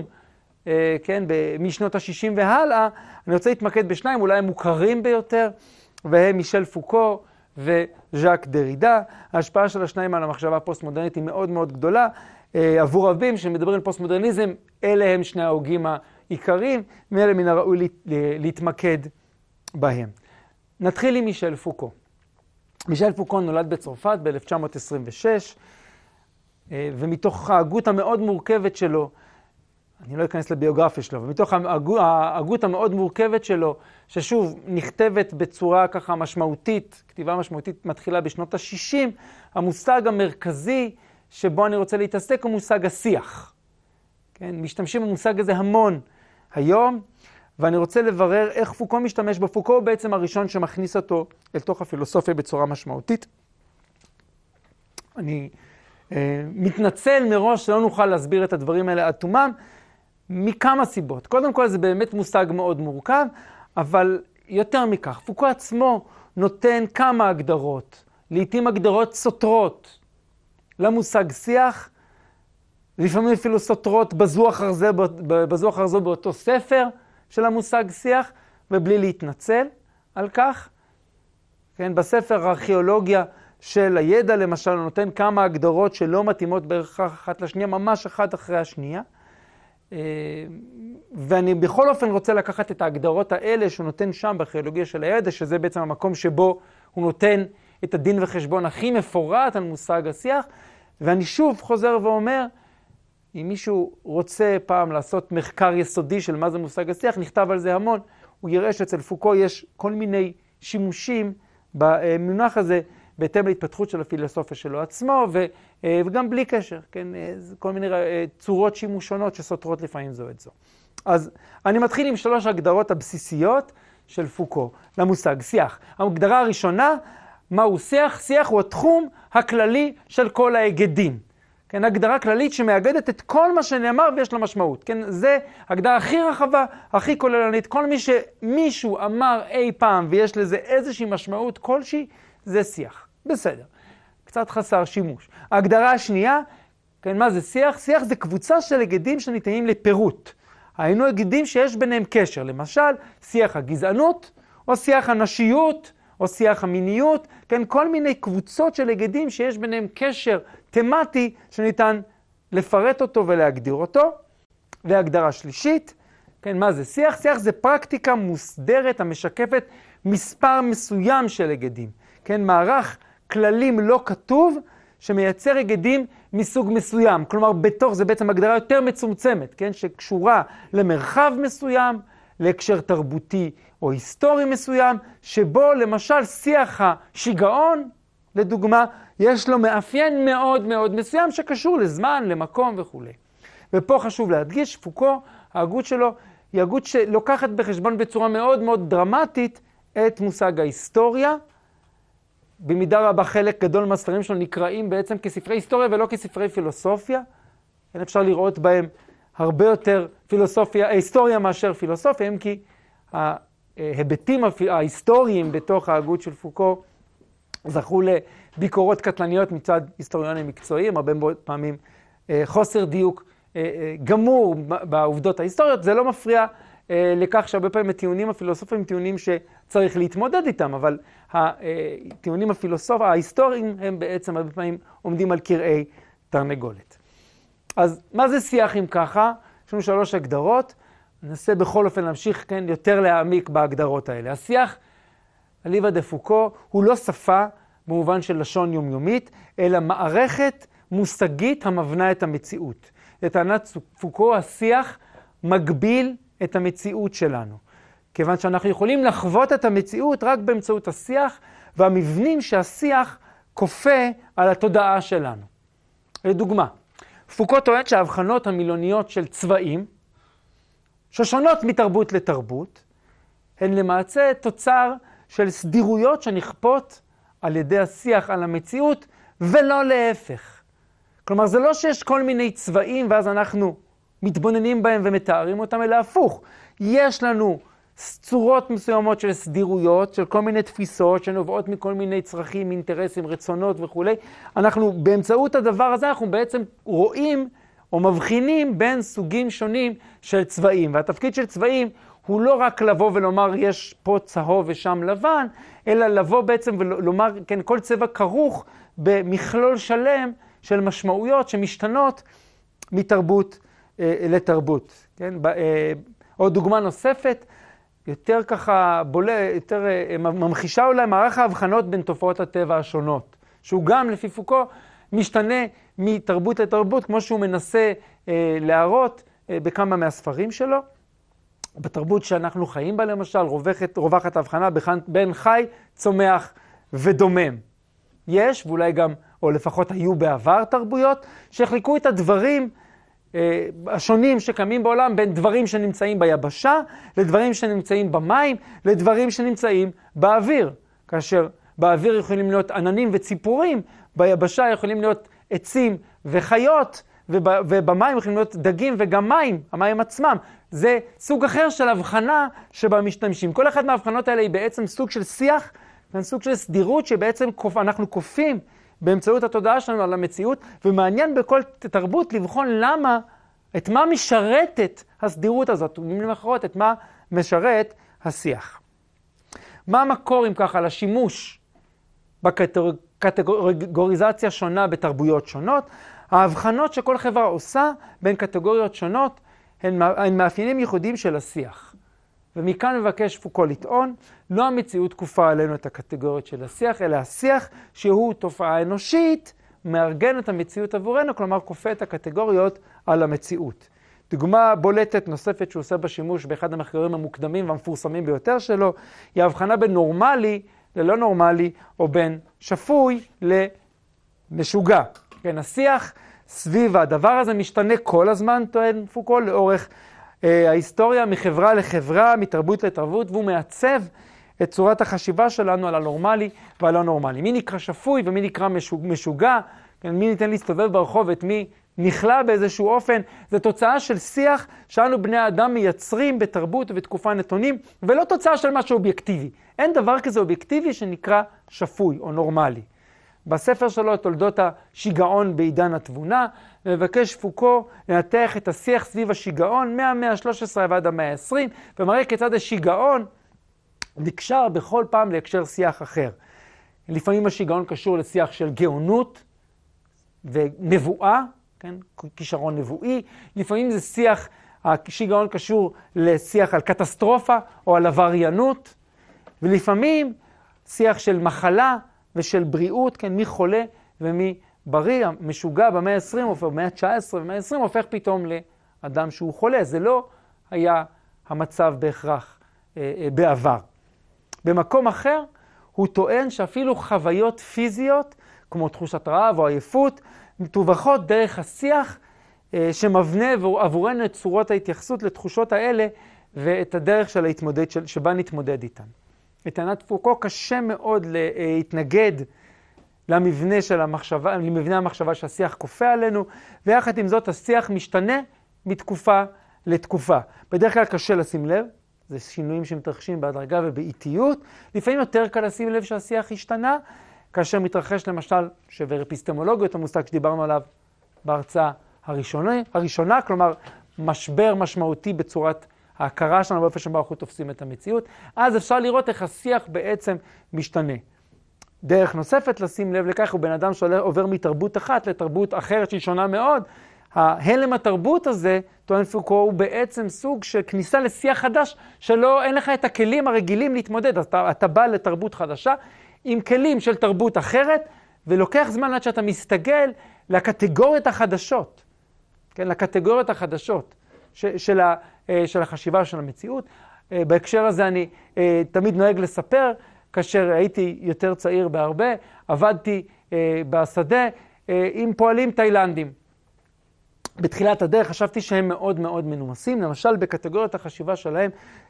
כן, משנות ה-60 והלאה, אני רוצה להתמקד בשניים, אולי הם מוכרים ביותר, והם מישל פוקו וז'אק דרידה. ההשפעה של השניים על המחשבה הפוסט-מודרנית היא מאוד מאוד גדולה. עבור רבים שמדברים על פוסט-מודרניזם, אלה הם שני ההוגים העיקריים, מאלה מן הראוי להתמקד בהם. נתחיל עם מישל פוקו. מישל פוקו נולד בצרפת ב-1926, ומתוך ההגות המאוד מורכבת שלו, אני לא אכנס לביוגרפיה שלו, ומתוך ההגות המאוד מורכבת שלו, ששוב נכתבת בצורה ככה משמעותית, כתיבה משמעותית מתחילה בשנות ה-60, המושג המרכזי שבו אני רוצה להתעסק הוא מושג השיח. כן? משתמשים במושג הזה המון היום, ואני רוצה לברר איך פוקו משתמש בו. פוקו הוא בעצם הראשון שמכניס אותו אל תוך הפילוסופיה בצורה משמעותית. אני מתנצל מראש שלא נוכל להסביר את הדברים האלה עד תומם, מכמה סיבות. קודם כל זה באמת מושג מאוד מורכב, אבל יותר מכך, פוקו עצמו נותן כמה הגדרות, לעתים הגדרות סותרות למושג שיח, לפעמים אפילו סותרות בזו אחר זו באותו ספר של המושג שיח, ובלי להתנצל על כך. כן, בספר הארכיאולוגיה של הידע, למשל, הוא נותן כמה הגדרות שלא מתאימות בהכרח אחת לשנייה, ממש אחת אחרי השנייה. ואני בכל אופן רוצה לקחת את ההגדרות האלה שהוא נותן שם בארכיאולוגיה של הידע, שזה בעצם המקום שבו הוא נותן את הדין וחשבון הכי מפורט על מושג השיח. ואני שוב חוזר ואומר, אם מישהו רוצה פעם לעשות מחקר יסודי של מה זה מושג השיח, נכתב על זה המון, הוא יראה שאצל פוקו יש כל מיני שימושים במונח הזה, בהתאם להתפתחות של הפילוסופיה שלו עצמו, וגם בלי קשר, כן? כל מיני צורות שימוש שונות שסותרות לפעמים זו את זו. אז אני מתחיל עם 3 הגדרות הבסיסיות של פוקו למושג שיח. ההגדרה הראשונה, מהו שיח? שיח הוא התחום הכללי של כל ההיגדים. כן, הגדרה כללית שמאגדת את כל מה שנאמר ויש לה משמעות. כן, זה הגדרה הכי רחבה, הכי כוללנית. כל מישהו אמר אי פעם ויש לזה איזושהי משמעות כלשהי, זה שיח. בסדר. קצת חסר שימוש. ההגדרה השנייה, כן, מה זה שיח? שיח זה קבוצה של היגדים שניתנים לפירוט. היינו היגדים שיש ביניהם קשר. למשל, שיח הגזענות, או שיח הנשיות, או שיח המיניות. כן, כל מיני קבוצות של היגדים שיש ביניהם קשר תמטי שניתן לפרט אותו ולהגדיר אותו. והגדרה שלישית, כן, מה זה שיח? שיח זה פרקטיקה מוסדרת המשקפת מספר מסוים של היגדים. כן, מערך כללים לא כתוב שמייצר היגדים מסוג מסוים. כלומר, בתוך זה בעצם הגדרה יותר מצומצמת, כן, שקשורה למרחב מסוים, להקשר תרבותי או היסטורי מסוים, שבו למשל שיח השיגעון, לדוגמה, יש לו מאפיין מאוד מאוד מסוים שקשור לזמן, למקום וכו'. ופה חשוב להדגיש, פוקו, ההגות שלו, היא הגות שלוקחת בחשבון בצורה מאוד מאוד דרמטית את מושג ההיסטוריה. במידה רבה חלק גדול מהספרים שלו נקראים בעצם כספרי היסטוריה ולא כספרי פילוסופיה. אפשר לראות בהם הרבה יותר היסטוריה מאשר פילוסופיה, אם כי ההיבטים ההיסטוריים בתוך ההגות של פוקו זכו לביקורות קטלניות מצד היסטוריונים מקצועיים, הרבה פעמים חוסר דיוק גמור בעובדות ההיסטוריות. זה לא מפריע לכך שהרבה פעמים הטיעונים הפילוסופיים הם טיעונים שצריך להתמודד איתם, אבל הטיעונים ההיסטוריים הם בעצם הרבה פעמים עומדים על קרעי תרנגולת. אז מה זה שיח אם ככה? יש לנו 3 הגדרות, ננסה בכל אופן להמשיך כן, יותר להעמיק בהגדרות האלה. השיח, אליבא דה פוקו, הוא לא שפה במובן של לשון יומיומית, אלא מערכת מושגית המבנה את המציאות. לטענת פוקו, השיח מגביל את המציאות שלנו. כיוון שאנחנו יכולים לחוות את המציאות רק באמצעות השיח, והמבנים שהשיח כופה על התודעה שלנו. לדוגמה, פוקו טוען שההבחנות המילוניות של צבעים, ששונות מתרבות לתרבות, הן למעשה תוצר של סדירויות שנכפות על ידי השיח על המציאות, ולא להפך. כלומר, זה לא שיש כל מיני צבעים ואז אנחנו מתבוננים בהם ומתארים אותם, אלא הפוך. יש לנו צורות מסוימות של סדירויות, של כל מיני תפיסות שנובעות מכל מיני צרכים, אינטרסים, רצונות וכו'. אנחנו באמצעות הדבר הזה אנחנו בעצם רואים או מבחינים בין סוגים שונים של צבעים. והתפקיד של צבעים הוא לא רק לבוא ולומר יש פה צהוב ושם לבן, אלא לבוא בעצם ולומר כן, כל צבע כרוך במכלול שלם של משמעויות שמשתנות מתרבות לתרבות. כן? או דוגמה נוספת, יותר ככה יותר ממחישה אולי מערך ההבחנות בין תופעות הטבע השונות, שהוא גם לפי פוקו משתנה מתרבות לתרבות, כמו שהוא מנסה להראות בכמה מהספרים שלו. בתרבות שאנחנו חיים בה למשל, רווחת ההבחנה בין חי, צומח ודומם. יש, ואולי גם, או לפחות היו בעבר תרבויות, שהחליקו את הדברים השונים שקיימים בעולם בין דברים שנמצאים ביבשה, לדברים שנמצאים במים, לדברים שנמצאים באוויר. כאשר באוויר יכולים להיות עננים וציפורים, ביבשה יכולים להיות עצים וחיות, ובמים יכולים להיות דגים וגם מים, המים עצמם. זה סוג אחר של הבחנה שבה משתמשים. כל אחד מההבחנות האלה היא בעצם סוג של שיח, סוג של סדירות שבעצם אנחנו כופים באמצעות התודעה שלנו על המציאות, ומעניין בכל תרבות לבחון את מה משרתת הסדירות הזאת, ובמילים אחרות, את מה משרת השיח. מה המקור, אם ככה, לשימוש בקטגוריזציה שונה בתרבויות שונות? ההבחנות שכל חברה עושה בין קטגוריות שונות הן מאפיינים ייחודיים של השיח. ומכאן מבקש פוקו לטעון, לא המציאות כופה עלינו את הקטגוריות של השיח, אלא השיח שהוא תופעה אנושית, מארגן את המציאות עבורנו, כלומר כופה את הקטגוריות על המציאות. דוגמה בולטת נוספת שהוא עושה בשימוש באחד המחקרים המוקדמים והמפורסמים ביותר שלו, היא ההבחנה בין נורמלי ללא נורמלי, או בין שפוי למשוגע. כן, השיח סביב הדבר הזה משתנה כל הזמן, טוען פוקו, לאורך ההיסטוריה מחברה לחברה, מתרבות לתרבות, והוא מעצב את צורת החשיבה שלנו על הנורמלי ועל הנורמלי. מי נקרא שפוי ומי נקרא משוגע, מי ניתן להסתובב ברחוב, את מי נכלה באיזשהו אופן, זה תוצאה של שיח שאנו בני האדם מייצרים בתרבות ובתקופה נתונים, ולא תוצאה של משהו אובייקטיבי. אין דבר כזה אובייקטיבי שנקרא שפוי או נורמלי. בספר שלו, תולדות השיגעון בעידן התבונה, מבקש פוקו לנתח את השיח סביב השיגעון מהמאה ה-13 ועד המאה ה-20, ומראה כיצד השיגעון נקשר בכל פעם להקשר שיח אחר. לפעמים השיגעון קשור לשיח של גאונות ונבואה, כן? כישרון נבואי. לפעמים זה שיח, השיגעון קשור לשיח על קטסטרופה או על עבריינות, ולפעמים שיח של מחלה ושל בריאות, כן? מי חולה ומי בריא, משוגע במאה ה-20 או במאה ה-19 ובמאה ה-20 הופך פתאום לאדם שהוא חולה. זה לא היה המצב בהכרח בעבר. במקום אחר הוא טוען שאפילו חוויות פיזיות, כמו תחושת רעב או עייפות, מתווכות דרך השיח שמבנה עבורנו את צורות ההתייחסות לתחושות האלה ואת הדרך שבה נתמודד איתן. לטענת פוקו קשה מאוד להתנגד למבנה המחשבה שהשיח כופה עלינו, ויחד עם זאת השיח משתנה מתקופה לתקופה. בדרך כלל קשה לשים לב, זה שינויים שמתרחשים בהדרגה ובאיטיות. לפעמים יותר קל לשים לב שהשיח השתנה, כאשר מתרחש למשל שבר אפיסטמולוגיות, המושג שדיברנו עליו בהרצאה הראשונה, כלומר משבר משמעותי בצורת ההכרה שלנו באופן שבו אנחנו תופסים את המציאות, אז אפשר לראות איך השיח בעצם משתנה. דרך נוספת לשים לב לכך הוא בן אדם שעובר מתרבות אחת לתרבות אחרת שהיא שונה מאוד. ההלם התרבות הזה, טוען פוקו, הוא בעצם סוג של כניסה לשיח חדש שלא, אין לך את הכלים הרגילים להתמודד. אתה בא לתרבות חדשה עם כלים של תרבות אחרת, ולוקח זמן עד שאתה מסתגל לקטגוריות החדשות. כן, לקטגוריות החדשות של החשיבה של המציאות. בהקשר הזה אני תמיד נוהג לספר, כאשר הייתי יותר צעיר בהרבה, עבדתי בשדה עם פועלים תאילנדים. בתחילת הדרך חשבתי שהם מאוד מאוד מנומסים, למשל בקטגוריות החשיבה שלהם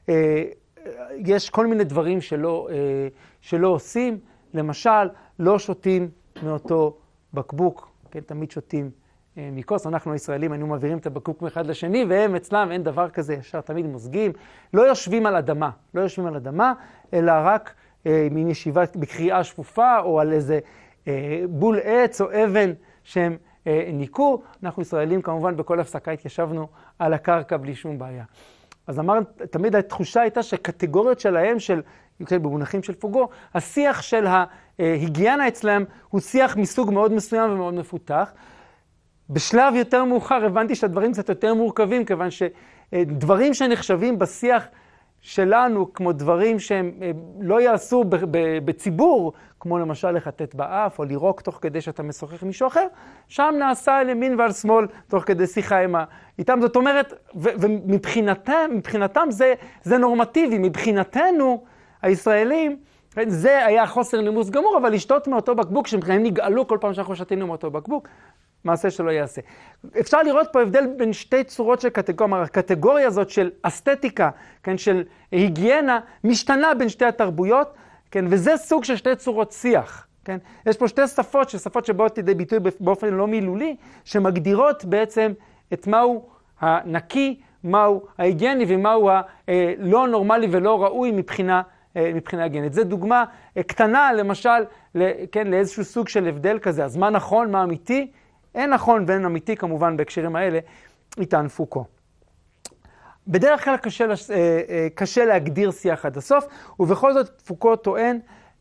יש כל מיני דברים שלא עושים, למשל לא שותים מאותו בקבוק, כן, תמיד שותים מכוס, אנחנו הישראלים היינו מעבירים את הבקבוק מאחד לשני, והם אצלם אין דבר כזה, ישר תמיד מוזגים, לא יושבים על אדמה, אלא רק מין ישיבה בקריאה שפופה, או על איזה בול עץ או אבן שהם ניקו. אנחנו ישראלים כמובן בכל הפסקה התיישבנו על הקרקע בלי שום בעיה. אז תמיד התחושה הייתה שקטגוריות שלהם, במונחים של פוקו, השיח של ההיגיינה אצלם הוא שיח מסוג מאוד מסוים ומאוד מפותח. בשלב יותר מאוחר הבנתי שהדברים קצת יותר מורכבים, כיוון שדברים שנחשבים בשיח שלנו, כמו דברים שהם לא יעשו בציבור, כמו למשל לחטט באף או לירוק תוך כדי שאתה משוחח עם מישהו אחר, שם נעשה על ימין ועל שמאל תוך כדי שיחה איתם. זאת אומרת, ומבחינתם זה נורמטיבי, מבחינתנו הישראלים, זה היה חוסר נימוס גמור, אבל לשתות מאותו בקבוק, שמבחינתם נגאלו כל פעם שאנחנו שתינו מאותו בקבוק, מעשה שלא יעשה. אפשר לראות פה הבדל בין שתי צורות של קטגוריה. הקטגוריה הזאת של אסתטיקה, כן, של היגיינה, משתנה בין שתי התרבויות, כן, וזה סוג של שתי צורות שיח. כן. יש פה שתי שפות, שפות שבאות לידי ביטוי באופן לא מילולי, שמגדירות בעצם את מהו הנקי, מהו ההיגייני ומהו הלא נורמלי ולא ראוי מבחינה היגיינית. זו דוגמה קטנה, למשל, כן, לאיזשהו סוג של הבדל כזה. אז מה נכון, מה אמיתי? אין נכון ואין אמיתי, כמובן, בהקשרים האלה, יטען פוקו. בדרך כלל קשה להגדיר שיח עד הסוף, ובכל זאת פוקו טוען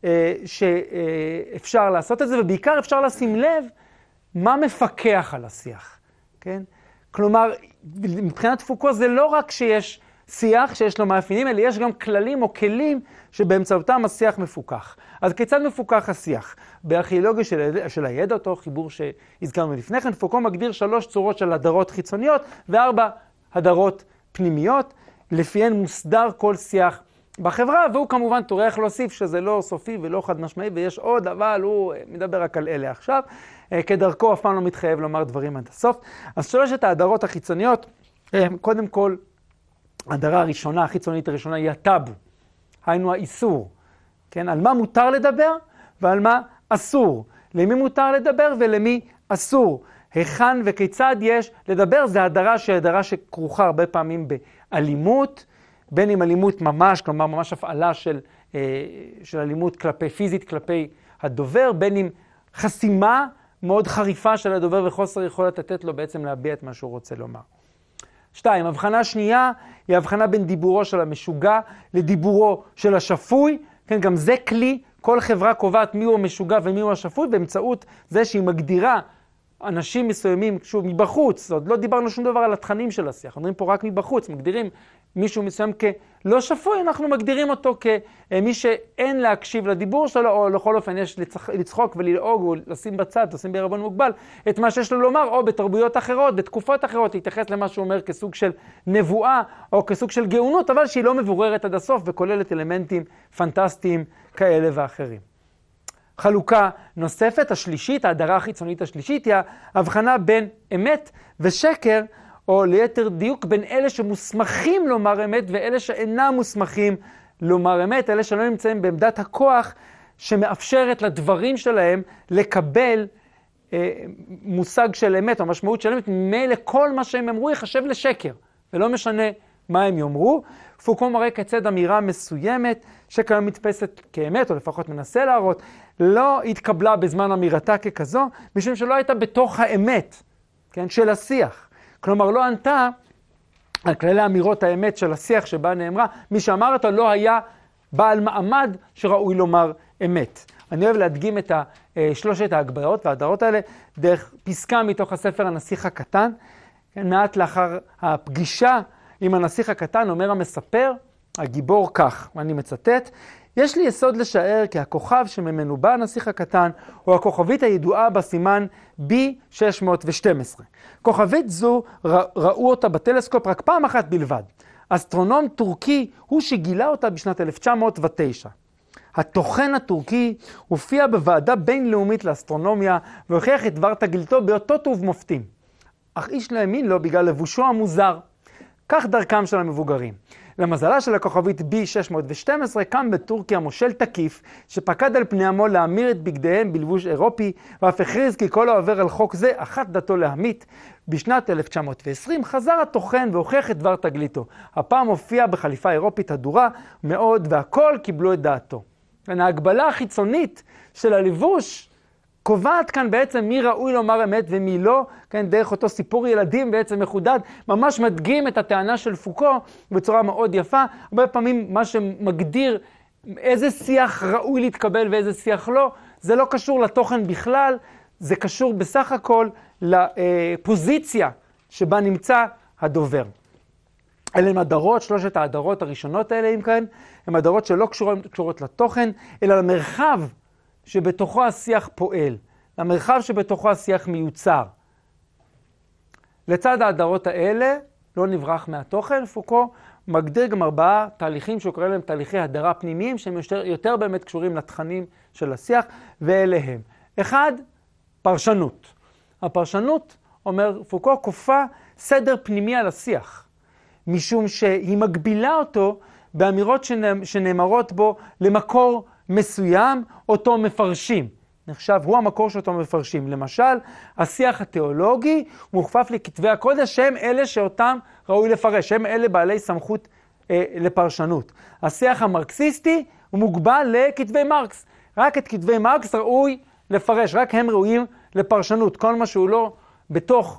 שאפשר לעשות את זה, ובעיקר אפשר לשים לב מה מפקח על השיח. כן? כלומר, מבחינת פוקו זה לא רק שיש שיח שיש לו מאפיינים, אלא יש גם כללים או כלים שבאמצעותם השיח מפוקח. אז כיצד מפוקח השיח? בארכיאולוגיה של הידע, אותו חיבור שהזכרנו לפני כן, פוקו מגדיר 3 צורות של הדרות חיצוניות ו4 הדרות פנימיות, לפיהן מוסדר כל שיח בחברה, והוא כמובן טורח להוסיף שזה לא סופי ולא חד משמעי, ויש עוד, אבל הוא מדבר רק על אלה עכשיו. כדרכו אף פעם לא מתחייב לומר דברים עד הסוף. אז 3 ההדרות החיצוניות, קודם כל, ההדרה הראשונה, החיצונית הראשונה, היא הטאבו. היינו האיסור. כן? על מה מותר לדבר ועל מה אסור. למי מותר לדבר ולמי אסור. היכן וכיצד יש לדבר, זה הדרה שכרוכה הרבה פעמים באלימות, בין אם אלימות ממש, כלומר ממש הפעלה של אלימות פיזית כלפי הדובר, בין אם חסימה מאוד חריפה של הדובר וחוסר יכולת לתת לו בעצם להביע את מה שהוא רוצה לומר. 2, הבחנה שנייה היא הבחנה בין דיבורו של המשוגע לדיבורו של השפוי. כן, גם זה כלי, כל חברה קובעת מיהו המשוגע ומיהו השפוי, באמצעות זה שהיא מגדירה אנשים מסוימים, שוב, מבחוץ. עוד לא דיברנו שום דבר על התכנים של השיח, אומרים פה רק מבחוץ, מגדירים מישהו מסוים כלא שפוי, אנחנו מגדירים אותו כמי שאין להקשיב לדיבור שלו, או לכל אופן יש לצחוק וללעוג, או לשים בצד, לשים בערבון מוגבל, את מה שיש לו לומר, או בתרבויות אחרות, בתקופות אחרות, להתייחס למה שהוא אומר כסוג של נבואה, או כסוג של גאונות, אבל שהיא לא מבוררת עד הסוף, וכוללת אלמנטים פנטסטיים כאלה ואחרים. חלוקה נוספת, השלישית, ההדרה החיצונית השלישית, היא ההבחנה בין אמת ושקר, או ליתר דיוק בין אלה שמוסמכים לומר אמת ואלה שאינם מוסמכים לומר אמת, אלה שלא נמצאים בעמדת הכוח שמאפשרת לדברים שלהם לקבל מושג של אמת או משמעות של אמת, ממילא כל מה שהם אמרו יחשב לשקר, ולא משנה מה הם יאמרו. פוקו מראה כיצד אמירה מסוימת שכיום מתפסת כאמת, או לפחות מנסה להראות, לא התקבלה בזמן אמירתה ככזו, משום שלא הייתה בתוך האמת, כן, של השיח. כלומר, לא ענתה על כללי אמירות האמת של השיח שבה נאמרה, מי שאמר אותו לא היה בעל מעמד שראוי לומר אמת. אני אוהב להדגים את 3 ההגבלות וההדרות האלה דרך פסקה מתוך הספר הנסיך הקטן. מעט לאחר הפגישה עם הנסיך הקטן אומר המספר, הגיבור כך, ואני מצטט, יש לי יסוד לשער כי הכוכב שממנו בא הנסיך הקטן הוא הכוכבית הידועה בסימן B612. כוכבית זו ראו אותה בטלסקופ רק פעם אחת בלבד. אסטרונום טורקי הוא שגילה אותה בשנת 1909. התוכן הטורקי הופיע בוועדה בינלאומית לאסטרונומיה והוכיח את דבר תגלitו באותו טוב מופתים. אך איש לא האמין לו בגלל לבושו המוזר. כך דרכם של המבוגרים. למזלה של הכוכבית B612 קם בטורקיה מושל תקיף שפקד על פני עמו להמיר את בגדיהם בלבוש אירופי ואף הכריז כי כל העובר על חוק זה אחת דתו להמית. בשנת 1920 חזר התוכן והוכיח את דבר תגליתו. הפעם הופיע בחליפה אירופית הדורה מאוד והכל קיבלו את דעתו. ההגבלה החיצונית של הלבוש קובעת כאן בעצם מי ראוי לומר אמת ומי לא, כן, דרך אותו סיפור ילדים בעצם מחודד, ממש מדגים את הטענה של פוקו בצורה מאוד יפה. הרבה פעמים מה שמגדיר איזה שיח ראוי להתקבל ואיזה שיח לא, זה לא קשור לתוכן בכלל, זה קשור בסך הכל לפוזיציה שבה נמצא הדובר. אלה הם הדרות, שלושת ההדרות הראשונות האלה, אם כן, הם הדרות שלא קשורות לתוכן, אלא למרחב שבתוכו השיח פועל, למרחב שבתוכו השיח מיוצר. לצד ההדרות האלה, לא נברח מהתוכן, פוקו מגדיר גם 4 תהליכים שהוא קורא להם תהליכי הדרה פנימיים, שהם יותר באמת קשורים לתכנים של השיח, ואלה הם. 1, פרשנות. הפרשנות, אומר פוקו, כופה סדר פנימי על השיח, משום שהיא מגבילה אותו באמירות שנאמרות בו למקור מסוים, אותו מפרשים. נחשב, הוא המקור שאותו מפרשים. למשל, השיח התיאולוגי מוכפף לכתבי הקודש, שהם אלה שאותם ראוי לפרש, הם אלה בעלי סמכות לפרשנות. השיח המרקסיסטי הוא מוגבל לכתבי מרקס. רק את כתבי מרקס ראוי לפרש, רק הם ראויים לפרשנות. כל מה שהוא לא בתוך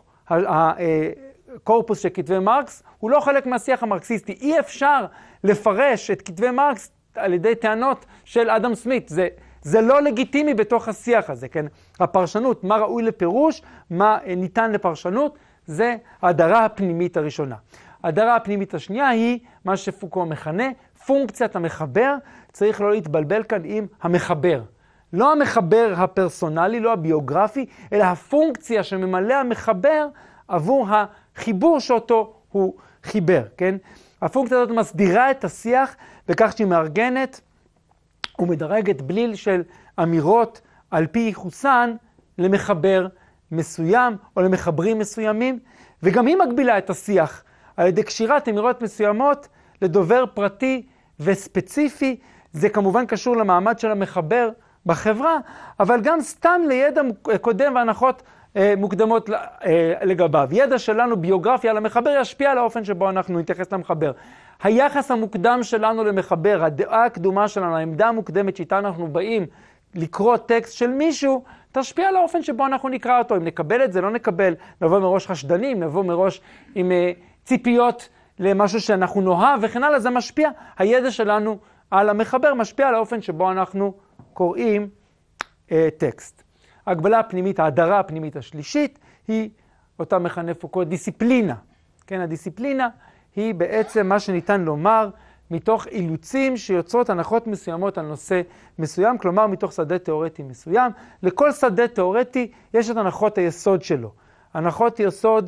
הקורפוס של כתבי מרקס, הוא לא חלק מהשיח המרקסיסטי. אי אפשר לפרש את כתבי מרקס על ידי טענות של אדם סמית. זה לא לגיטימי בתוך השיח הזה, כן? הפרשנות, מה ראוי לפירוש, מה ניתן לפרשנות, זה ההדרה הפנימית הראשונה. ההדרה הפנימית השנייה היא מה שפוקו מכנה, פונקציית המחבר. צריך לא להתבלבל כאן עם המחבר. לא המחבר הפרסונלי, לא הביוגרפי, אלא הפונקציה שממלא המחבר עבור החיבור שאותו הוא חיבר, כן? הפונקציה הזאת מסדירה את השיח בכך שהיא מארגנת ומדרגת בליל של אמירות על פי ייחוסן למחבר מסוים או למחברים מסוימים, וגם היא מגבילה את השיח על ידי קשירת אמירות מסוימות לדובר פרטי וספציפי. זה כמובן קשור למעמד של המחבר בחברה, אבל גם סתם לידע קודם והנחות מוקדמות לגביו. ידע שלנו, ביוגרפיה על המחבר, ישפיע על האופן שבו אנחנו נתייחס למחבר. היחס המוקדם שלנו למחבר, הדעה הקדומה שלנו, העמדה המוקדמת שאיתה אנחנו באים לקרוא טקסט של מישהו, תשפיע על האופן שבו אנחנו נקרא אותו. אם נקבל את זה, לא נקבל, נבוא מראש חשדנים, נבוא מראש עם ציפיות למשהו שאנחנו נאהב וכן הלאה, זה משפיע. הידע שלנו על המחבר משפיע על האופן שבו אנחנו קוראים טקסט. ההגבלה הפנימית, ההדרה הפנימית השלישית, היא אותה מכנה פוקו דיסציפלינה. כן, הדיסציפלינה היא בעצם מה שניתן לומר מתוך אילוצים שיוצרות הנחות מסוימות על נושא מסוים, כלומר מתוך שדה תיאורטי מסוים. לכל שדה תיאורטי יש את הנחות היסוד שלו. הנחות יסוד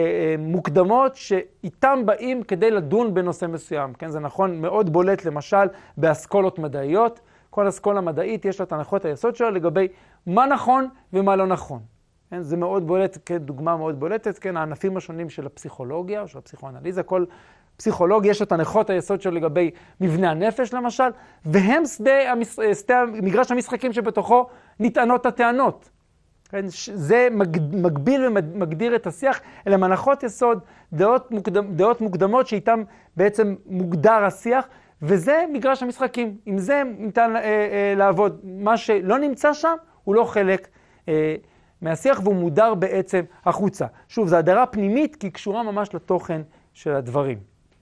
מוקדמות שאיתם באים כדי לדון בנושא מסוים. כן, זה נכון מאוד בולט למשל באסכולות מדעיות. כל אסכולה מדעית יש לה את הנחות היסוד שלה לגבי מה נכון ומה לא נכון. כן, זה מאוד בולט, כדוגמה מאוד בולטת, כן, הענפים השונים של הפסיכולוגיה או של הפסיכואנליזה, כל פסיכולוג יש את הנחות היסוד שלו לגבי מבנה הנפש למשל, והם שדה מגרש המשחקים שבתוכו נטענות הטענות. כן, זה מגביל ומגדיר את השיח, אלה הנחות יסוד, דעות מוקדמות שאיתם בעצם מוגדר השיח, וזה מגרש המשחקים. עם זה ניתן לעבוד. מה שלא נמצא שם הוא לא חלק מהשיח והוא מודר בעצם החוצה. שוב, זו הדרה פנימית כי היא קשורה ממש לתוכן של הדברים.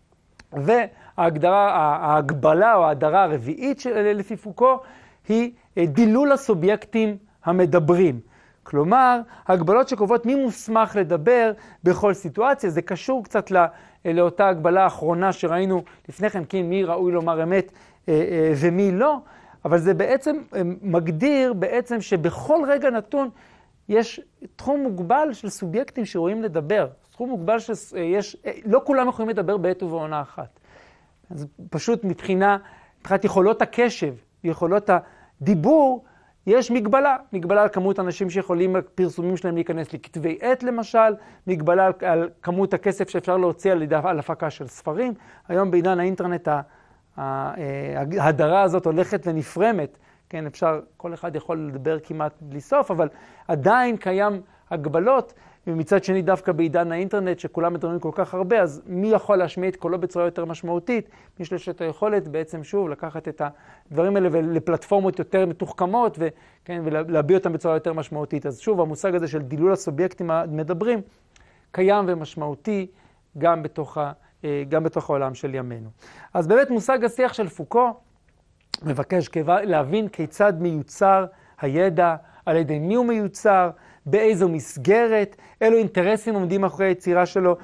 וההגבלה או ההדרה הרביעית לפי פוקו היא דילול הסובייקטים המדברים. כלומר, הגבלות שקובעות מי מוסמך לדבר בכל סיטואציה. זה קשור קצת לאותה הגבלה האחרונה שראינו לפני כן, כן, מי ראוי לומר אמת ומי לא. אבל זה בעצם מגדיר בעצם שבכל רגע נתון יש תחום מוגבל של סובייקטים שרואים לדבר. תחום מוגבל שיש, לא כולם יכולים לדבר בעת ובעונה אחת. אז פשוט מבחינת יכולות הקשב, יכולות הדיבור, יש מגבלה על כמות אנשים שיכולים הפרסומים שלהם להיכנס לכתבי עת למשל, מגבלה על כמות הכסף שאפשר להוציא על הפקה של ספרים. היום בעידן האינטרנט ההדרה הזאת הולכת ונפרמת, כן, אפשר, כל אחד יכול לדבר כמעט בלי סוף, אבל עדיין קיים הגבלות, ומצד שני דווקא בעידן האינטרנט שכולם מדברים כל כך הרבה, אז מי יכול להשמיע את קולו בצורה יותר משמעותית? מי שיש את היכולת בעצם שוב לקחת את הדברים האלה ולפלטפורמות יותר מתוחכמות, וכן, ולהביע אותם בצורה יותר משמעותית. אז שוב, המושג הזה של דילול הסובייקטים המדברים, קיים ומשמעותי גם בתוך העולם של ימינו. אז באמת מושג השיח של פוקו מבקש להבין כיצד מיוצר הידע, על ידי מי הוא מיוצר, באיזו מסגרת, אילו אינטרסים עומדים אחרי היצירה שלו,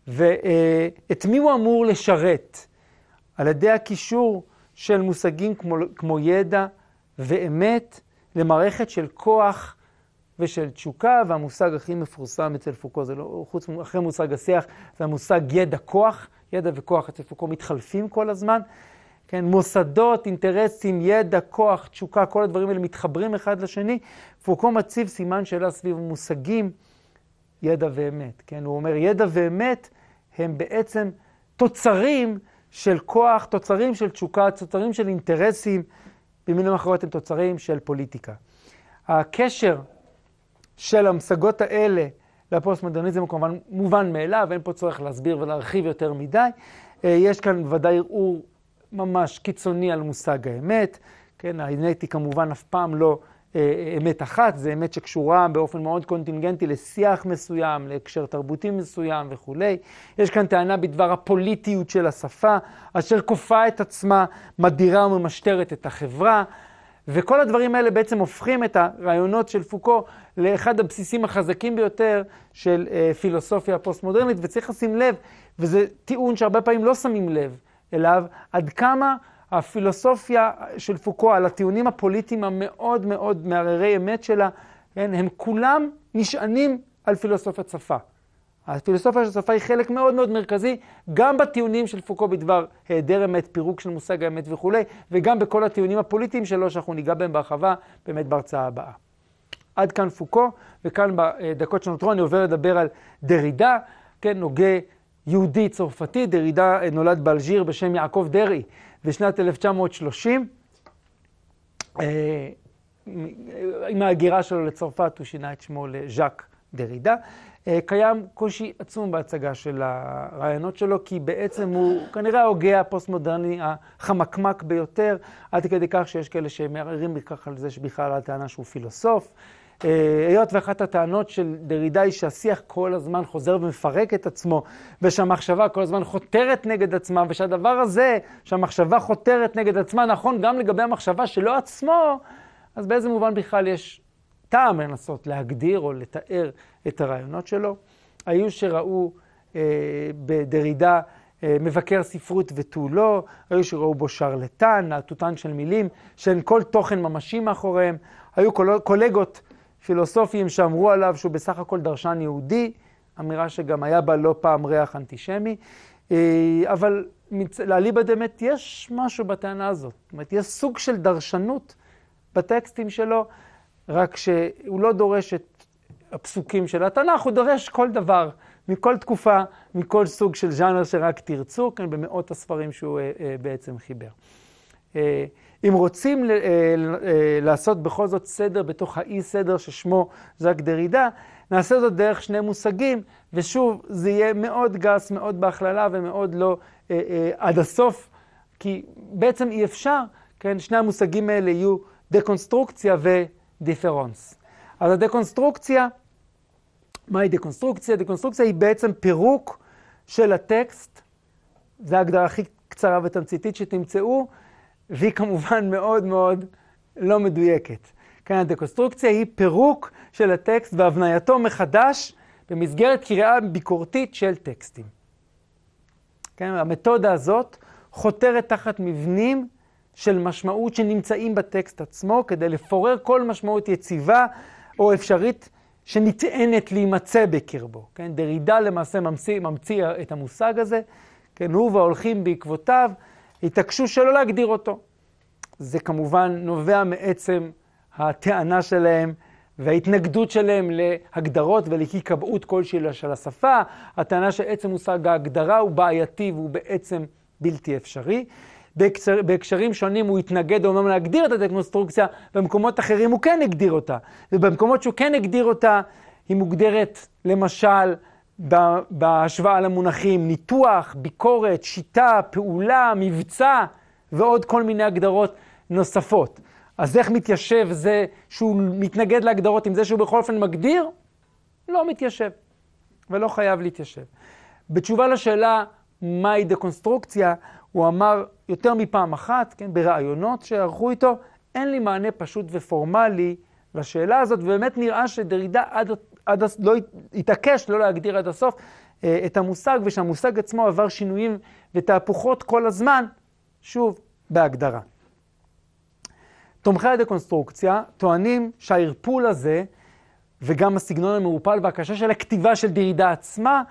ואת מי הוא אמור לשרת? על ידי הקישור של מושגים כמו ידע ואמת למערכת של כוח ושל תשוקה, והמושג הכי מפורסם אצל פוקו, זה לא, חוץ אחרי מושג השיח, זה המושג ידע כוח. ידע וכוח אצל פוקו מתחלפים כל הזמן. כן, מוסדות, אינטרסים, ידע, כוח, תשוקה, כל הדברים האלה מתחברים אחד לשני. פוקו מציב סימן שאלה סביב מושגים, ידע ואמת. כן, הוא אומר, ידע ואמת הם בעצם תוצרים של כוח, תוצרים של תשוקה, תוצרים של אינטרסים, במילים אחרות הם תוצרים של פוליטיקה. הקשר של המשגות האלה לפוסט-מודרניזם הוא כמובן מובן מאליו, אין פה צורך להסביר ולהרחיב יותר מדי. יש כאן ודאי ערעור ממש קיצוני על מושג האמת. כן, האמת היא כמובן אף פעם לא אמת אחת, זה אמת שקשורה באופן מאוד קונטינגנטי לשיח מסוים, להקשר תרבותי מסוים וכו'. יש כאן טענה בדבר הפוליטיות של השפה, אשר כופה את עצמה, מדירה וממשטרת את החברה, וכל הדברים האלה בעצם הופכים את הרעיונות של פוקו לאחד הבסיסים החזקים ביותר של פילוסופיה פוסט-מודרנית, וצריך לשים לב, וזה טיעון שהרבה פעמים לא שמים לב אליו, עד כמה הפילוסופיה של פוקו על הטיעונים הפוליטיים המאוד מאוד מערערי אמת שלה, כן, הם כולם נשענים על פילוסופיית שפה. הפילוסופיה של שפה היא חלק מאוד מאוד מרכזי, גם בטיעונים של פוקו בדבר היעדר אמת, פירוק של מושג האמת וכו', וגם בכל הטיעונים הפוליטיים שלו שאנחנו ניגע בהם בהרחבה באמת בהרצאה הבאה. עד כאן פוקו, וכאן בדקות שנותרו אני עובר לדבר על דרידה, כן, הוגה יהודי צרפתי. דרידה נולד באלג'יר בשם יעקב דרעי בשנת 1930. עם ההגירה שלו לצרפת הוא שינה את שמו לז'אק דרידה. קיים קושי עצום בהצגה של הרעיונות שלו, כי בעצם הוא כנראה ההוגה הפוסט-מודרני החמקמק ביותר, עד כדי כך שיש כאלה שמערערים בכך על זה שבכלל הטענה שהוא פילוסוף. היות ואחת הטענות של דרידה היא שהשיח כל הזמן חוזר ומפרק את עצמו, ושהמחשבה כל הזמן חותרת נגד עצמה, ושהדבר הזה, שהמחשבה חותרת נגד עצמה, נכון גם לגבי המחשבה שלו עצמו, אז באיזה מובן בכלל יש טעם לנסות להגדיר או לתאר את הרעיונות שלו. היו שראו בדרידה מבקר ספרות ותו לא, היו שראו בו שרלטן, להטוטן של מילים, שאין כל תוכן ממשי מאחוריהם. היו קולגות פילוסופיים שאמרו עליו שהוא בסך הכל דרשן יהודי, אמירה שגם היה בה לא פעם ריח אנטישמי, אבל לאליבא דאמת יש משהו בטענה הזאת. זאת אומרת, יש סוג של דרשנות בטקסטים שלו, רק שהוא לא דורש את הפסוקים של התנ"ך, הוא דורש כל דבר, מכל תקופה, מכל סוג של ז'אנר שרק תרצו, כאן במאות הספרים שהוא בעצם חיבר. אם רוצים לעשות בכל זאת סדר בתוך האי סדר ששמו ז'אק דרידה, נעשה זאת דרך שני מושגים, ושוב זה יהיה מאוד גס, מאוד בהכללה ומאוד לא עד הסוף, כי בעצם אי אפשר, כן, שני המושגים האלה יהיו דקונסטרוקציה ודיפרנס. אז הדקונסטרוקציה, מהי דקונסטרוקציה? דקונסטרוקציה היא בעצם פירוק של הטקסט, זו ההגדרה הכי קצרה ותמציתית שתמצאו, והיא כמובן מאוד מאוד לא מדויקת. כאן הדקונסטרוקציה היא פירוק של הטקסט והבנייתו מחדש במסגרת קריאה ביקורתית של טקסטים. כן? המתודה הזאת חותרת תחת מבנים של משמעות שנמצאים בטקסט עצמו, כדי לפורר כל משמעות יציבה או אפשרית שנטענת להימצא בקרבו. כן? דרידה למעשה ממציא את המושג הזה, כן? הוא וההולכים בעקבותיו התעקשו שלא להגדיר אותו. זה כמובן נובע מעצם הטענה שלהם וההתנגדות שלהם להגדרות ולהיקבעות כלשהי של השפה. הטענה שעצם מושג ההגדרה הוא בעייתי והוא בעצם בלתי אפשרי. בהקשרים שונים הוא התנגד אומנם להגדיר את הדקונסטרוקציה, במקומות אחרים הוא כן הגדיר אותה. ובמקומות שהוא כן הגדיר אותה, היא מוגדרת למשל בהשוואה למונחים ניתוח, ביקורת, שיטה, פעולה, מבצע ועוד כל מיני הגדרות נוספות. אז איך מתיישב זה שהוא מתנגד להגדרות עם זה שהוא בכל אופן מגדיר? לא מתיישב ולא חייב להתיישב. בתשובה לשאלה מהי דקונסטרוקציה, הוא אמר יותר מפעם אחת, כן, ברעיונות שערכו איתו, אין לי מענה פשוט ופורמלי לשאלה הזאת, ובאמת נראה שדרידה לא התעקש לא להגדיר עד הסוף, את המושג, ושהמושג עצמו עבר שינויים ותהפוכות כל הזמן, שוב, בהגדרה. תומכי הדקונסטרוקציה טוענים שהערפול הזה, וגם הסגנון המעורפל והקשה של הכתיבה של דרידה עצמה,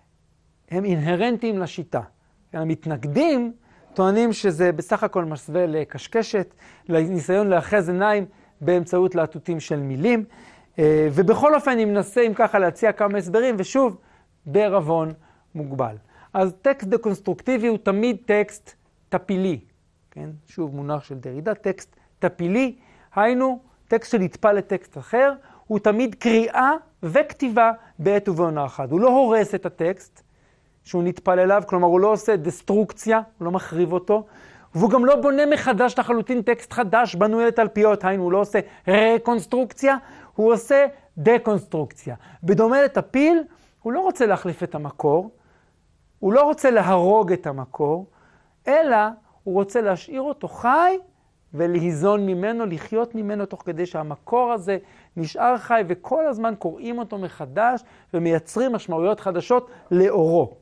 הם אינהרנטיים לשיטה. המתנגדים טוענים שזה בסך הכל מסווה לקשקשת, לניסיון לאחז עיניים באמצעות להטוטים של מילים, ובכל אופן אם ננסה אם ככה להציע כמה הסברים, ושוב, בערבון מוגבל. אז טקסט דקונסטרוקטיבי הוא תמיד טקסט טפילי, כן? שוב מונח של דרידה, טקסט טפילי, היינו טקסט שנטפל לטקסט אחר, הוא תמיד קריאה וכתיבה בעת ובעונה אחת. הוא לא הורס את הטקסט שהוא נטפל אליו, כלומר הוא לא עושה דסטרוקציה, הוא לא מחריב אותו, והוא גם לא בונה מחדש לחלוטין טקסט חדש, בנוי לתלפיות, היינו, הוא לא עושה רקונסטרוקציה, הוא עושה דקונסטרוקציה. בדומה לטפיל, הוא לא רוצה להחליף את המקור, הוא לא רוצה להרוג את המקור, אלא הוא רוצה להשאיר אותו חי ולהיזון ממנו, לחיות ממנו, תוך כדי שהמקור הזה נשאר חי, וכל הזמן קוראים אותו מחדש ומייצרים משמעויות חדשות לאורו.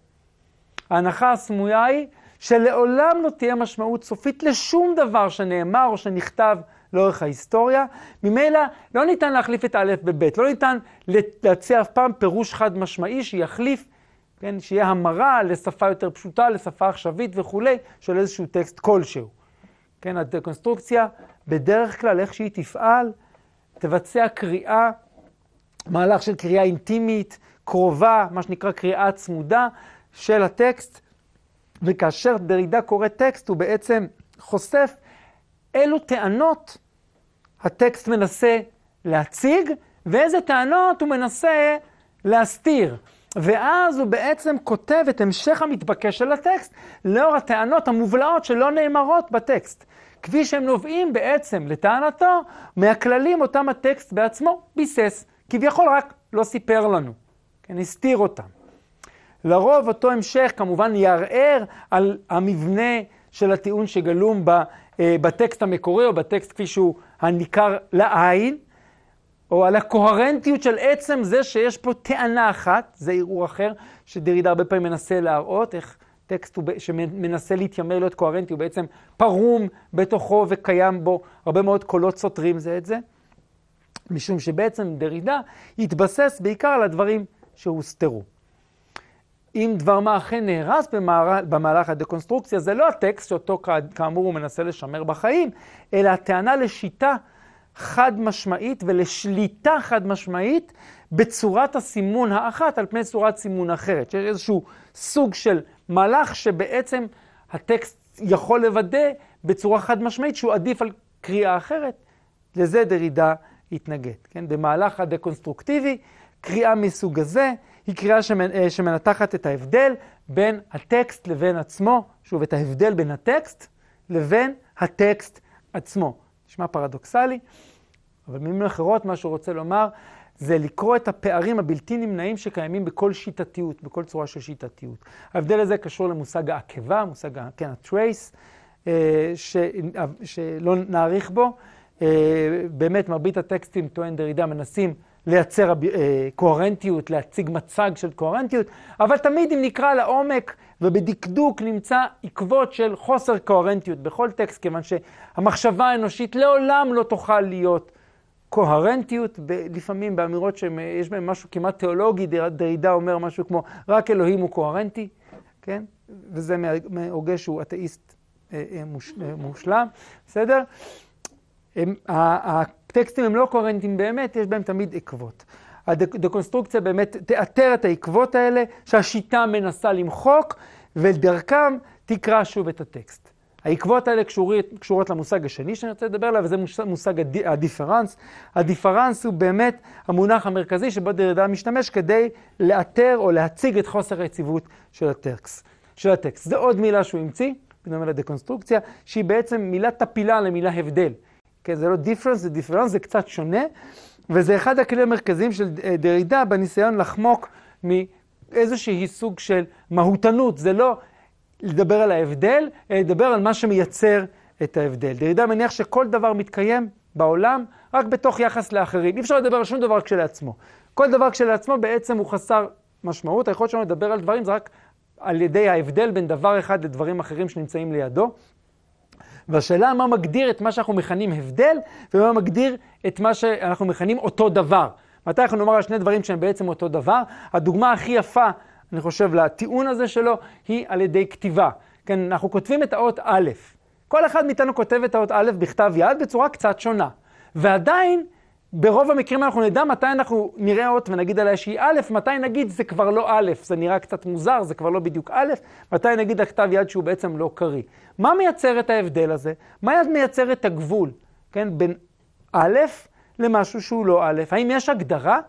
ההנחה הסמויה היא שלעולם לא תהיה משמעות סופית לשום דבר שנאמר או שנכתב לאורך ההיסטוריה. ממילא לא ניתן להחליף את א' בב', לא ניתן להציע אף פעם פירוש חד משמעי שיחליף, כן, שיהיה המרה לשפה יותר פשוטה, לשפה עכשווית וכו' של איזשהו טקסט כלשהו. כן, הדקונסטרוקציה בדרך כלל איך שהיא תפעל, תבצע קריאה, מהלך של קריאה אינטימית, קרובה, מה שנקרא קריאה צמודה של הטקסט, וכאשר דרידה קורא טקסט הוא בעצם חושף אילו טענות הטקסט מנסה להציג, ואיזה טענות הוא מנסה להסתיר. ואז הוא בעצם כותב את המשך המתבקש של הטקסט, לאור הטענות המובלעות שלא נאמרות בטקסט. כפי שהם נובעים בעצם לטענתו, מהכללים אותם הטקסט בעצמו ביסס, כביכול רק לא סיפר לנו, כן, הסתיר אותם. לרוב אותו המשך כמובן יערער על המבנה של הטיעון שגלום בטקסט המקורי, או בטקסט כפי שהוא הניכר לעין, או על הקוהרנטיות של עצם זה שיש פה טענה אחת, זה ערעור אחר, שדרידה הרבה פעמים מנסה להראות, איך טקסט שמנסה להתיימר להיות קוהרנטי, הוא בעצם פרום בתוכו וקיים בו הרבה מאוד קולות סותרים זה את זה, משום שבעצם דרידה התבסס בעיקר על הדברים שהוסתרו. אם דבר מה אכן נהרס במהלך הדקונסטרוקציה, זה לא הטקסט שאותו כאמור הוא מנסה לשמר בחיים, אלא הטענה לשיטה חד משמעית ולשליטה חד משמעית בצורת הסימון האחת על פני צורת סימון אחרת. שיש איזשהו סוג של מהלך שבעצם הטקסט יכול לוודא בצורה חד משמעית שהוא עדיף על קריאה אחרת. לזה דרידה התנגד. כן? במהלך הדקונסטרוקטיבי, קריאה מסוג הזה היא קריאה שמנתחת את ההבדל בין הטקסט לבין עצמו, שוב את ההבדל בין הטקסט לבין הטקסט עצמו. נשמע פרדוקסלי, אבל במילים אחרות מה שהוא רוצה לומר זה לקרוא את הפערים הבלתי נמנעים שקיימים בכל שיטתיות, בכל צורה של שיטתיות. ההבדל הזה קשור למושג העקבה, מושג הטרייס, שלא נעריך בו. באמת מרבית הטקסטים טוען דרידה מנסים לייצר קוהרנטיות, להציג מצג של קוהרנטיות, אבל תמיד אם נקרא לעומק ובדקדוק נמצא עקבות של חוסר קוהרנטיות בכל טקסט, כיוון שהמחשבה האנושית לעולם לא תוכל להיות קוהרנטיות, לפעמים באמירות שיש בהן משהו כמעט תיאולוגי, דרידה אומר משהו כמו רק אלוהים הוא קוהרנטי, כן? וזה מהוגה שהוא אתאיסט מושלם, בסדר? הטקסטים הם לא קוהרנטיים באמת, יש בהם תמיד עקבות. הדקונסטרוקציה באמת תאתר את העקבות האלה שהשיטה מנסה למחוק, ודרכם תקרא שוב את הטקסט. העקבות האלה קשורות למושג השני שאני רוצה לדבר עליו, וזה מושג הדיפרנס. הדיפרנס הוא באמת המונח המרכזי שבו דרידה משתמש כדי לאתר או להציג את חוסר היציבות של הטקסט. זה עוד מילה שהוא המציא, בדומה לדקונסטרוקציה, שהיא בעצם מילה טפילה למילה הבדל. כן, זה לא דיפרנס, זה דיפרנס, זה קצת שונה, וזה אחד הכלים המרכזיים של דרידה בניסיון לחמוק מאיזושהי סוג של מהותנות. זה לא לדבר על ההבדל, אלא לדבר על מה שמייצר את ההבדל. דרידה מניח שכל דבר מתקיים בעולם רק בתוך יחס לאחרים. אי אפשר לדבר על שום דבר כשלעצמו. כל דבר כשלעצמו בעצם הוא חסר משמעות. היכולת שלנו לדבר על דברים זה רק על ידי ההבדל בין דבר אחד לדברים אחרים שנמצאים לידו. והשאלה מה מגדיר את מה שאנחנו מכנים הבדל, ומה מגדיר את מה שאנחנו מכנים אותו דבר. מתי אנחנו נאמר על שני דברים שהם בעצם אותו דבר? הדוגמה הכי יפה, אני חושב, לטיעון הזה שלו, היא על ידי כתיבה. כן, אנחנו כותבים את האות א'. כל אחד מאיתנו כותב את האות א' בכתב יד בצורה קצת שונה. ועדיין, ברוב המקרים אנחנו נדע מתי אנחנו נראה אות ונגיד עליה שהיא א', מתי נגיד זה כבר לא א', זה נראה קצת מוזר, זה כבר לא בדיוק א', מתי נגיד לכתב יד שהוא בעצם לא קריא. מה מייצר את ההבדל הזה? מה מייצר את הגבול, כן, בין א' למשהו שהוא לא א'? האם יש הגדרה?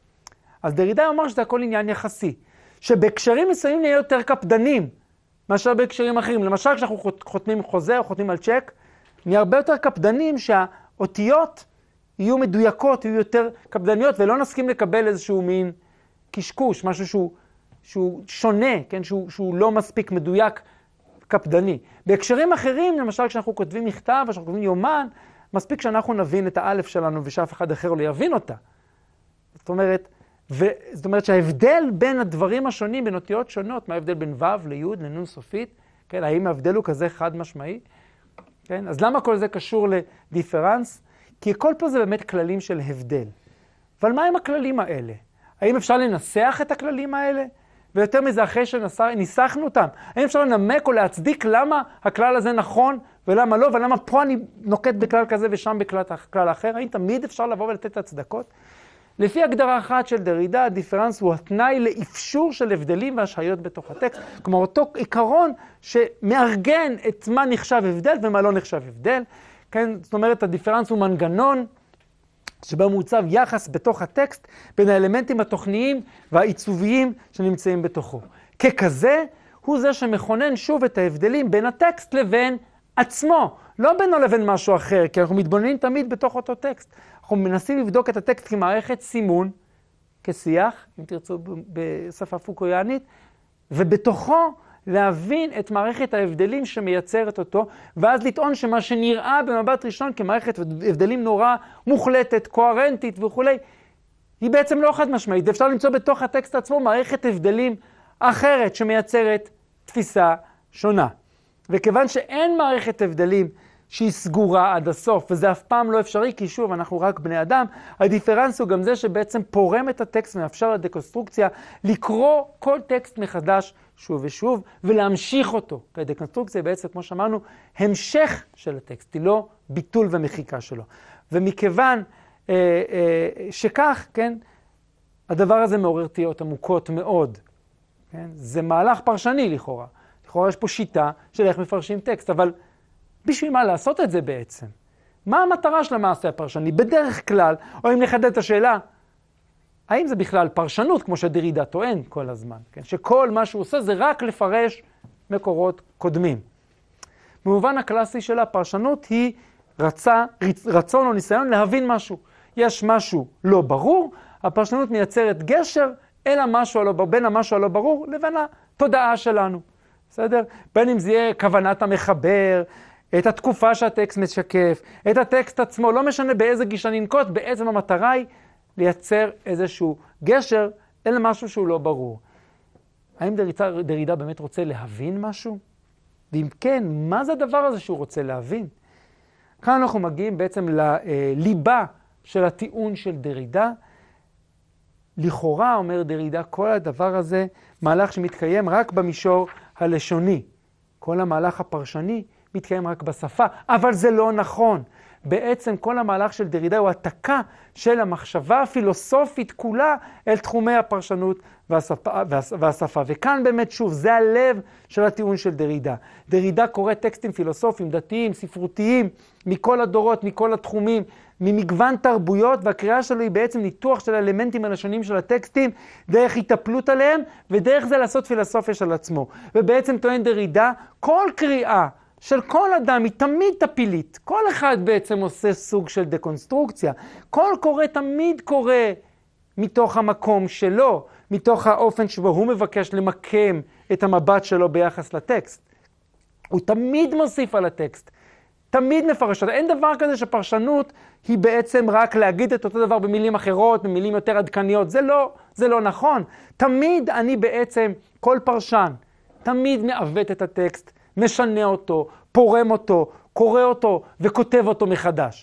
אז דרידה אומר שזה הכל עניין יחסי, שבהקשרים מסוימים נהיה יותר קפדנים מאשר בהקשרים אחרים. למשל, כשאנחנו חותמים חוזה או חותמים על צ'ק, נהיה הרבה יותר קפדנים שהאותיות יהיו מדויקות, יהיו יותר קפדניות, ולא נסכים לקבל איזשהו מין קשקוש, משהו שהוא שונה, כן? שהוא לא מספיק מדויק קפדני. בהקשרים אחרים, למשל כשאנחנו כותבים מכתב, כשאנחנו כותבים יומן, מספיק שאנחנו נבין את האלף שלנו ושאף אחד אחר לא יבין אותה. זאת אומרת שההבדל בין הדברים השונים, בין אותיות שונות, מה ההבדל בין ו' לי' לנ' סופית, כן? האם ההבדל הוא כזה חד משמעי? כן? אז למה כל זה קשור לדיפרנס? כי כל פה זה באמת כללים של הבדל. אבל מה הם הכללים האלה? האם אפשר לנסח את הכללים האלה? ויותר מזה, אחרי שניסחנו אותם, האם אפשר לנמק או להצדיק למה הכלל הזה נכון ולמה לא, ולמה פה אני נוקט בכלל כזה ושם בכלל אחר? האם תמיד אפשר לבוא ולתת הצדקות? לפי הגדרה אחת של דרידה, הדיפרנס הוא התנאי לאפשור של הבדלים והשהיות בתוך הטקסט. כלומר, אותו עיקרון שמארגן את מה נחשב הבדל ומה לא נחשב הבדל. כן, זאת אומרת, הדיפרנס הוא מנגנון שבה מוצב יחס בתוך הטקסט בין האלמנטים התוכניים והעיצוביים שנמצאים בתוכו. ככזה, הוא זה שמכונן שוב את ההבדלים בין הטקסט לבין עצמו, לא בינו לבין משהו אחר, כי אנחנו מתבוננים תמיד בתוך אותו טקסט. אנחנו מנסים לבדוק את הטקסט כמערכת סימון, כשיח, אם תרצו בשפה פוקויאנית, ובתוכו להבין את מערכת ההבדלים שמייצרת אותו, ואז לטעון שמה שנראה במבט ראשון כמערכת הבדלים נורא מוחלטת, קוהרנטית וכו', היא בעצם לא חד משמעית. אפשר למצוא בתוך הטקסט עצמו מערכת הבדלים אחרת שמייצרת תפיסה שונה. וכיוון שאין מערכת הבדלים שהיא סגורה עד הסוף, וזה אף פעם לא אפשרי, כי שוב, אנחנו רק בני אדם, הדיפרנס הוא גם זה שבעצם פורם את הטקסט ומאפשר לדקונסטרוקציה לקרוא כל טקסט מחדש שוב ושוב, ולהמשיך אותו. כי הדקונסטרוקציה בעצם, כמו שאמרנו, המשך של הטקסט, היא לא ביטול ומחיקה שלו. ומכיוון שכך, כן, הדבר הזה מעורר תהיות עמוקות מאוד. כן? זה מהלך פרשני לכאורה. לכאורה יש פה שיטה של איך מפרשים טקסט, אבל בשביל מה לעשות את זה בעצם? מה המטרה של המעשה הפרשני? בדרך כלל, או אם נחדד את השאלה, האם זה בכלל פרשנות, כמו שדרידה טוען כל הזמן, כן? שכל מה שהוא עושה זה רק לפרש מקורות קודמים. במובן הקלאסי של הפרשנות היא רצון או ניסיון להבין משהו. יש משהו לא ברור, הפרשנות מייצרת גשר בין המשהו הלא ברור לבין התודעה שלנו. בסדר? בין אם זה יהיה כוונת המחבר, את התקופה שהטקסט משקף, את הטקסט עצמו, לא משנה באיזה גישה ננקוט, בעצם המטרה היא לייצר איזשהו גשר אל משהו שהוא לא ברור. האם דרידה באמת רוצה להבין משהו? ואם כן, מה זה הדבר הזה שהוא רוצה להבין? כאן אנחנו מגיעים בעצם לליבה של הטיעון של דרידה. לכאורה, אומר דרידה, כל הדבר הזה מהלך שמתקיים רק במישור הלשוני. כל המהלך הפרשני מתקיים רק בשפה, אבל זה לא נכון. בעצם כל המהלך של דרידה הוא התקה של המחשבה הפילוסופית כולה אל תחומי הפרשנות והשפה. וכאן באמת שוב, זה הלב של הטיעון של דרידה. דרידה קורא טקסטים פילוסופיים, דתיים, ספרותיים, מכל הדורות, מכל התחומים, ממגוון תרבויות, והקריאה שלו היא בעצם ניתוח של האלמנטים הלשוניים של הטקסטים, דרך התאפלות עליהם, ודרך זה לעשות פילוסופיה של עצמו. ובעצם טוען דרידה, כל קריאה של כל אדם היא תמיד טפילית. כל אחד בעצם עושה סוג של דקונסטרוקציה. כל קורא תמיד קורא מתוך המקום שלו, מתוך האופן שבו הוא מבקש למקם את המבט שלו ביחס לטקסט. הוא תמיד מוסיף על הטקסט תמיד מפרשות. אין דבר כזה שפרשנות היא בעצם רק להגיד את אותו דבר במילים אחרות, במילים יותר עדכניות. זה לא נכון. תמיד אני בעצם, כל פרשן, תמיד מעוות את הטקסט, משנה אותו, פורם אותו, קורא אותו וכותב אותו מחדש.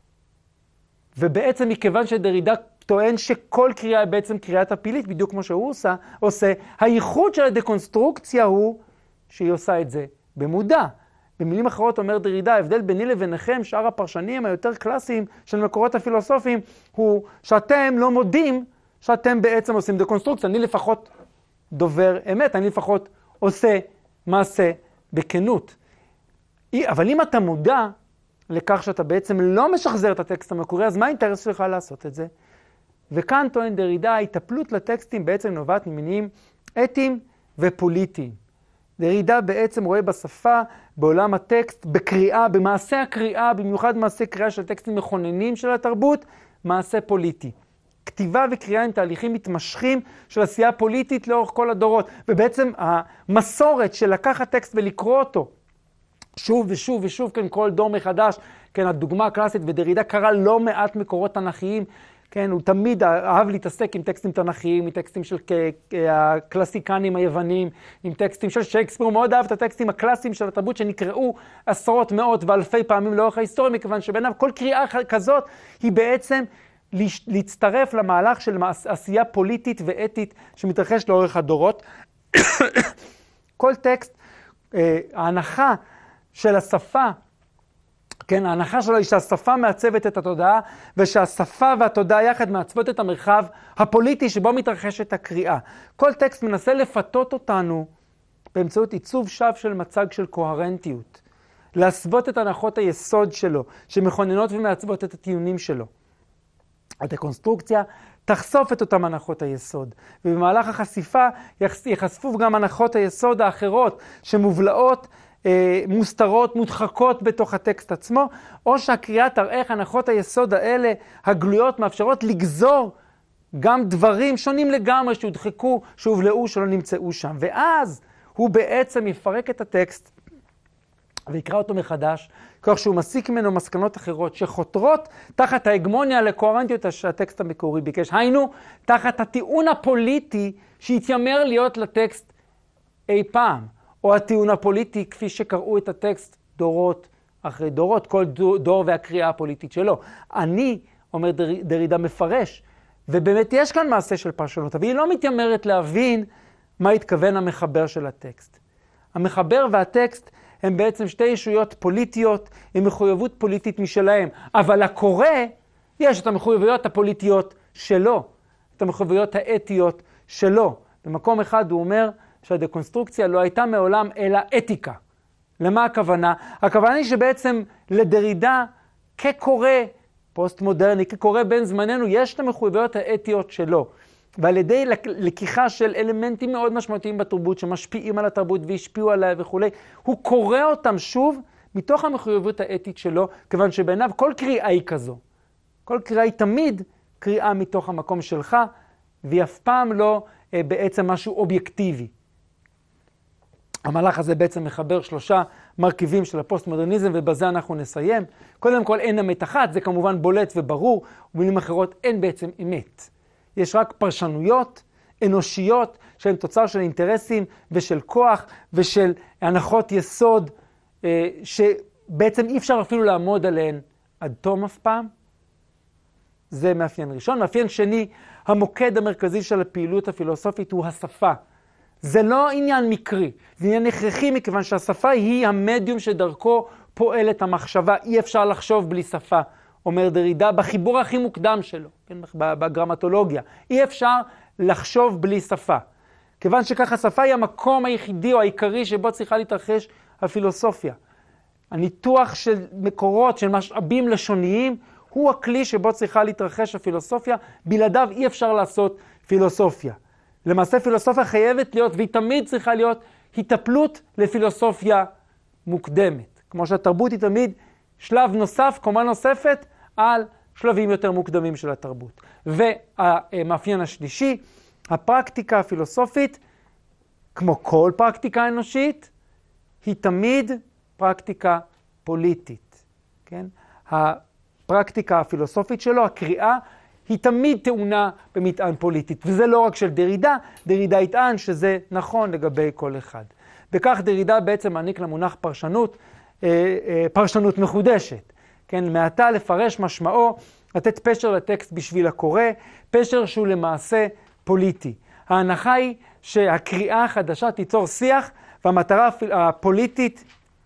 ובעצם מכיוון שדרידה טוען שכל קריאה היא בעצם קריאת הפילית, בדיוק כמו שהוא עושה, הייחוד של הדקונסטרוקציה הוא שהיא עושה את זה במודע. במילים אחרות אומר דרידה, ההבדל ביני לבינכם, שאר הפרשנים היותר קלאסיים של מקורות הפילוסופיים, הוא שאתם לא מודים שאתם בעצם עושים דקונסטרוקציה. אני לפחות דובר אמת, אני לפחות עושה מעשה בכנות. אבל אם אתה מודע לכך שאתה בעצם לא משחזר את הטקסט המקורי, אז מה האינטרס שלך לעשות את זה? וכאן טוען דרידה, ההתאפלות לטקסטים בעצם נובעת ממניעים אתיים ופוליטיים. דרידה בעצם רואה בשפה, בעולם הטקסט, בקריאה, במעשה הקריאה, במיוחד מעשה קריאה של טקסטים מכוננים של התרבות, מעשה פוליטי. כתיבה וקריאה הם תהליכים מתמשכים של עשייה פוליטית לאורך כל הדורות, ובעצם המסורת של לקחת טקסט ולקרוא אותו, שוב ושוב ושוב, כן, כל דור מחדש, כן, הדוגמה הקלאסית, ודרידה קרא לא מעט מקורות תנכיים, כן, הוא תמיד אהב להתעסק עם טקסטים תנכיים, עם טקסטים של הקלאסיקנים היוונים, עם טקסטים של שייקספיר, הוא מאוד אהב את הטקסטים הקלאסיים של התרבות שנקראו עשרות, מאות ואלפי פעמים לאורך ההיסטוריה, מכיוון שבעיניו כל קריאה כזאת היא בעצם להצטרף למהלך של עשייה פוליטית ואתית שמתרחש לאורך הדורות. כל טקסט, ההנחה של השפה, כן, ההנחה שלו היא שהשפה מעצבת את התודעה, ושהשפה והתודעה יחד מעצבות את המרחב הפוליטי שבו מתרחשת הקריאה. כל טקסט מנסה לפתות אותנו באמצעות עיצוב שווא של מצג של קוהרנטיות, להסוות את הנחות היסוד שלו, שמכוננות ומעצבות את הטיעונים שלו. הדקונסטרוקציה תחשוף את אותם הנחות היסוד, ובמהלך החשיפה יחשפו גם הנחות היסוד האחרות שמובלעות, מוסתרות, מודחקות בתוך הטקסט עצמו, או שהקריאה תראה איך הנחות היסוד האלה הגלויות מאפשרות לגזור גם דברים שונים לגמרי שהודחקו, שהובלעו, שלא נמצאו שם. ואז הוא בעצם יפרק את הטקסט ויקרא אותו מחדש, כך שהוא מסיק ממנו מסקנות אחרות שחותרות תחת ההגמוניה לקוהרנטיות שהטקסט המקורי ביקש. היינו, תחת הטיעון הפוליטי שהתיימר להיות לטקסט אי פעם, או הטיעון הפוליטי כפי שקראו את הטקסט דורות אחרי דורות, כל דור והקריאה הפוליטית שלו. אני, אומר דרידה, מפרש, ובאמת יש כאן מעשה של פרשנות, אבל היא לא מתיימרת להבין מה התכוון המחבר של הטקסט. המחבר והטקסט הם בעצם שתי ישויות פוליטיות עם מחויבות פוליטית משלהם, אבל הקורא יש את המחויבויות הפוליטיות שלו, את המחויבויות האתיות שלו. במקום אחד הוא אומר שהדקונסטרוקציה לא הייתה מעולם אלא אתיקה. למה הכוונה? הכוונה היא שבעצם לדרידה כקורא פוסט-מודרני, כקורא בין זמננו, יש את המחויבויות האתיות שלו. ועל ידי לקיחה של אלמנטים מאוד משמעותיים בתרבות, שמשפיעים על התרבות והשפיעו עליה וכו', הוא קורא אותם שוב מתוך המחויבות האתית שלו, כיוון שבעיניו כל קריאה היא כזו. כל קריאה היא תמיד קריאה מתוך המקום שלך, והיא אף פעם לא בעצם משהו אובייקטיבי. המהלך הזה בעצם מחבר שלושה מרכיבים של הפוסט-מודרניזם, ובזה אנחנו נסיים. קודם כל, אין אמת אחת, זה כמובן בולט וברור, ובמילים אחרות אין בעצם אמת. יש רק פרשנויות אנושיות שהן תוצר של אינטרסים ושל כוח ושל הנחות יסוד, שבעצם אי אפשר אפילו לעמוד עליהן עד תום אף פעם. זה מאפיין ראשון. מאפיין שני, המוקד המרכזי של הפעילות הפילוסופית הוא השפה. זה לא עניין מקרי, זה עניין הכרחי, מכיוון שהשפה היא המדיום שדרכו פועלת המחשבה. אי אפשר לחשוב בלי שפה, אומר דרידה, בחיבור הכי מוקדם שלו, כן, בגרמטולוגיה. אי אפשר לחשוב בלי שפה. כיוון שככה השפה היא המקום היחידי או העיקרי שבו צריכה להתרחש הפילוסופיה. הניתוח של מקורות, של משאבים לשוניים, הוא הכלי שבו צריכה להתרחש הפילוסופיה. בלעדיו אי אפשר לעשות פילוסופיה. למעשה פילוסופיה חייבת להיות, והיא תמיד צריכה להיות, היטפלות לפילוסופיה מוקדמת. כמו שהתרבות היא תמיד שלב נוסף, קומה נוספת, על שלבים יותר מוקדמים של התרבות. והמאפיין השלישי, הפרקטיקה הפילוסופית, כמו כל פרקטיקה אנושית, היא תמיד פרקטיקה פוליטית. כן? הפרקטיקה הפילוסופית שלו, הקריאה, היא תמיד טעונה במטען פוליטית, וזה לא רק של דרידה, דרידה יטען שזה נכון לגבי כל אחד. בכך דרידה בעצם מעניק למונח פרשנות מחודשת. כן, מעתה לפרש משמעו, לתת פשר לטקסט בשביל הקורא, פשר שהוא למעשה פוליטי. ההנחה היא שהקריאה החדשה תיצור שיח, והמטרה הפוליטית,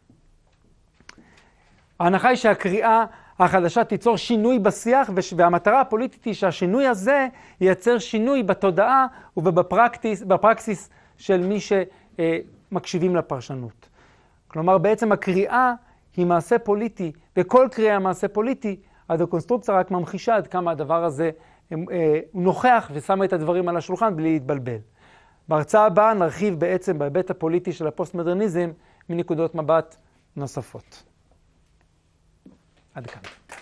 ההנחה היא שהקריאה החדשה תיצור שינוי בשיח, והמטרה הפוליטית היא שהשינוי הזה ייצר שינוי בתודעה ובפרקסיס של מי שמקשיבים לפרשנות. כלומר, בעצם הקריאה היא מעשה פוליטי, וכל קריאה מעשה פוליטי, אז הקונסטרוקציה רק ממחישה עד כמה הדבר הזה נוכח ושמה את הדברים על השולחן בלי להתבלבל. בהרצאה הבאה נרחיב בעצם בהיבט הפוליטי של הפוסט-מודרניזם מנקודות מבט נוספות. עד כאן.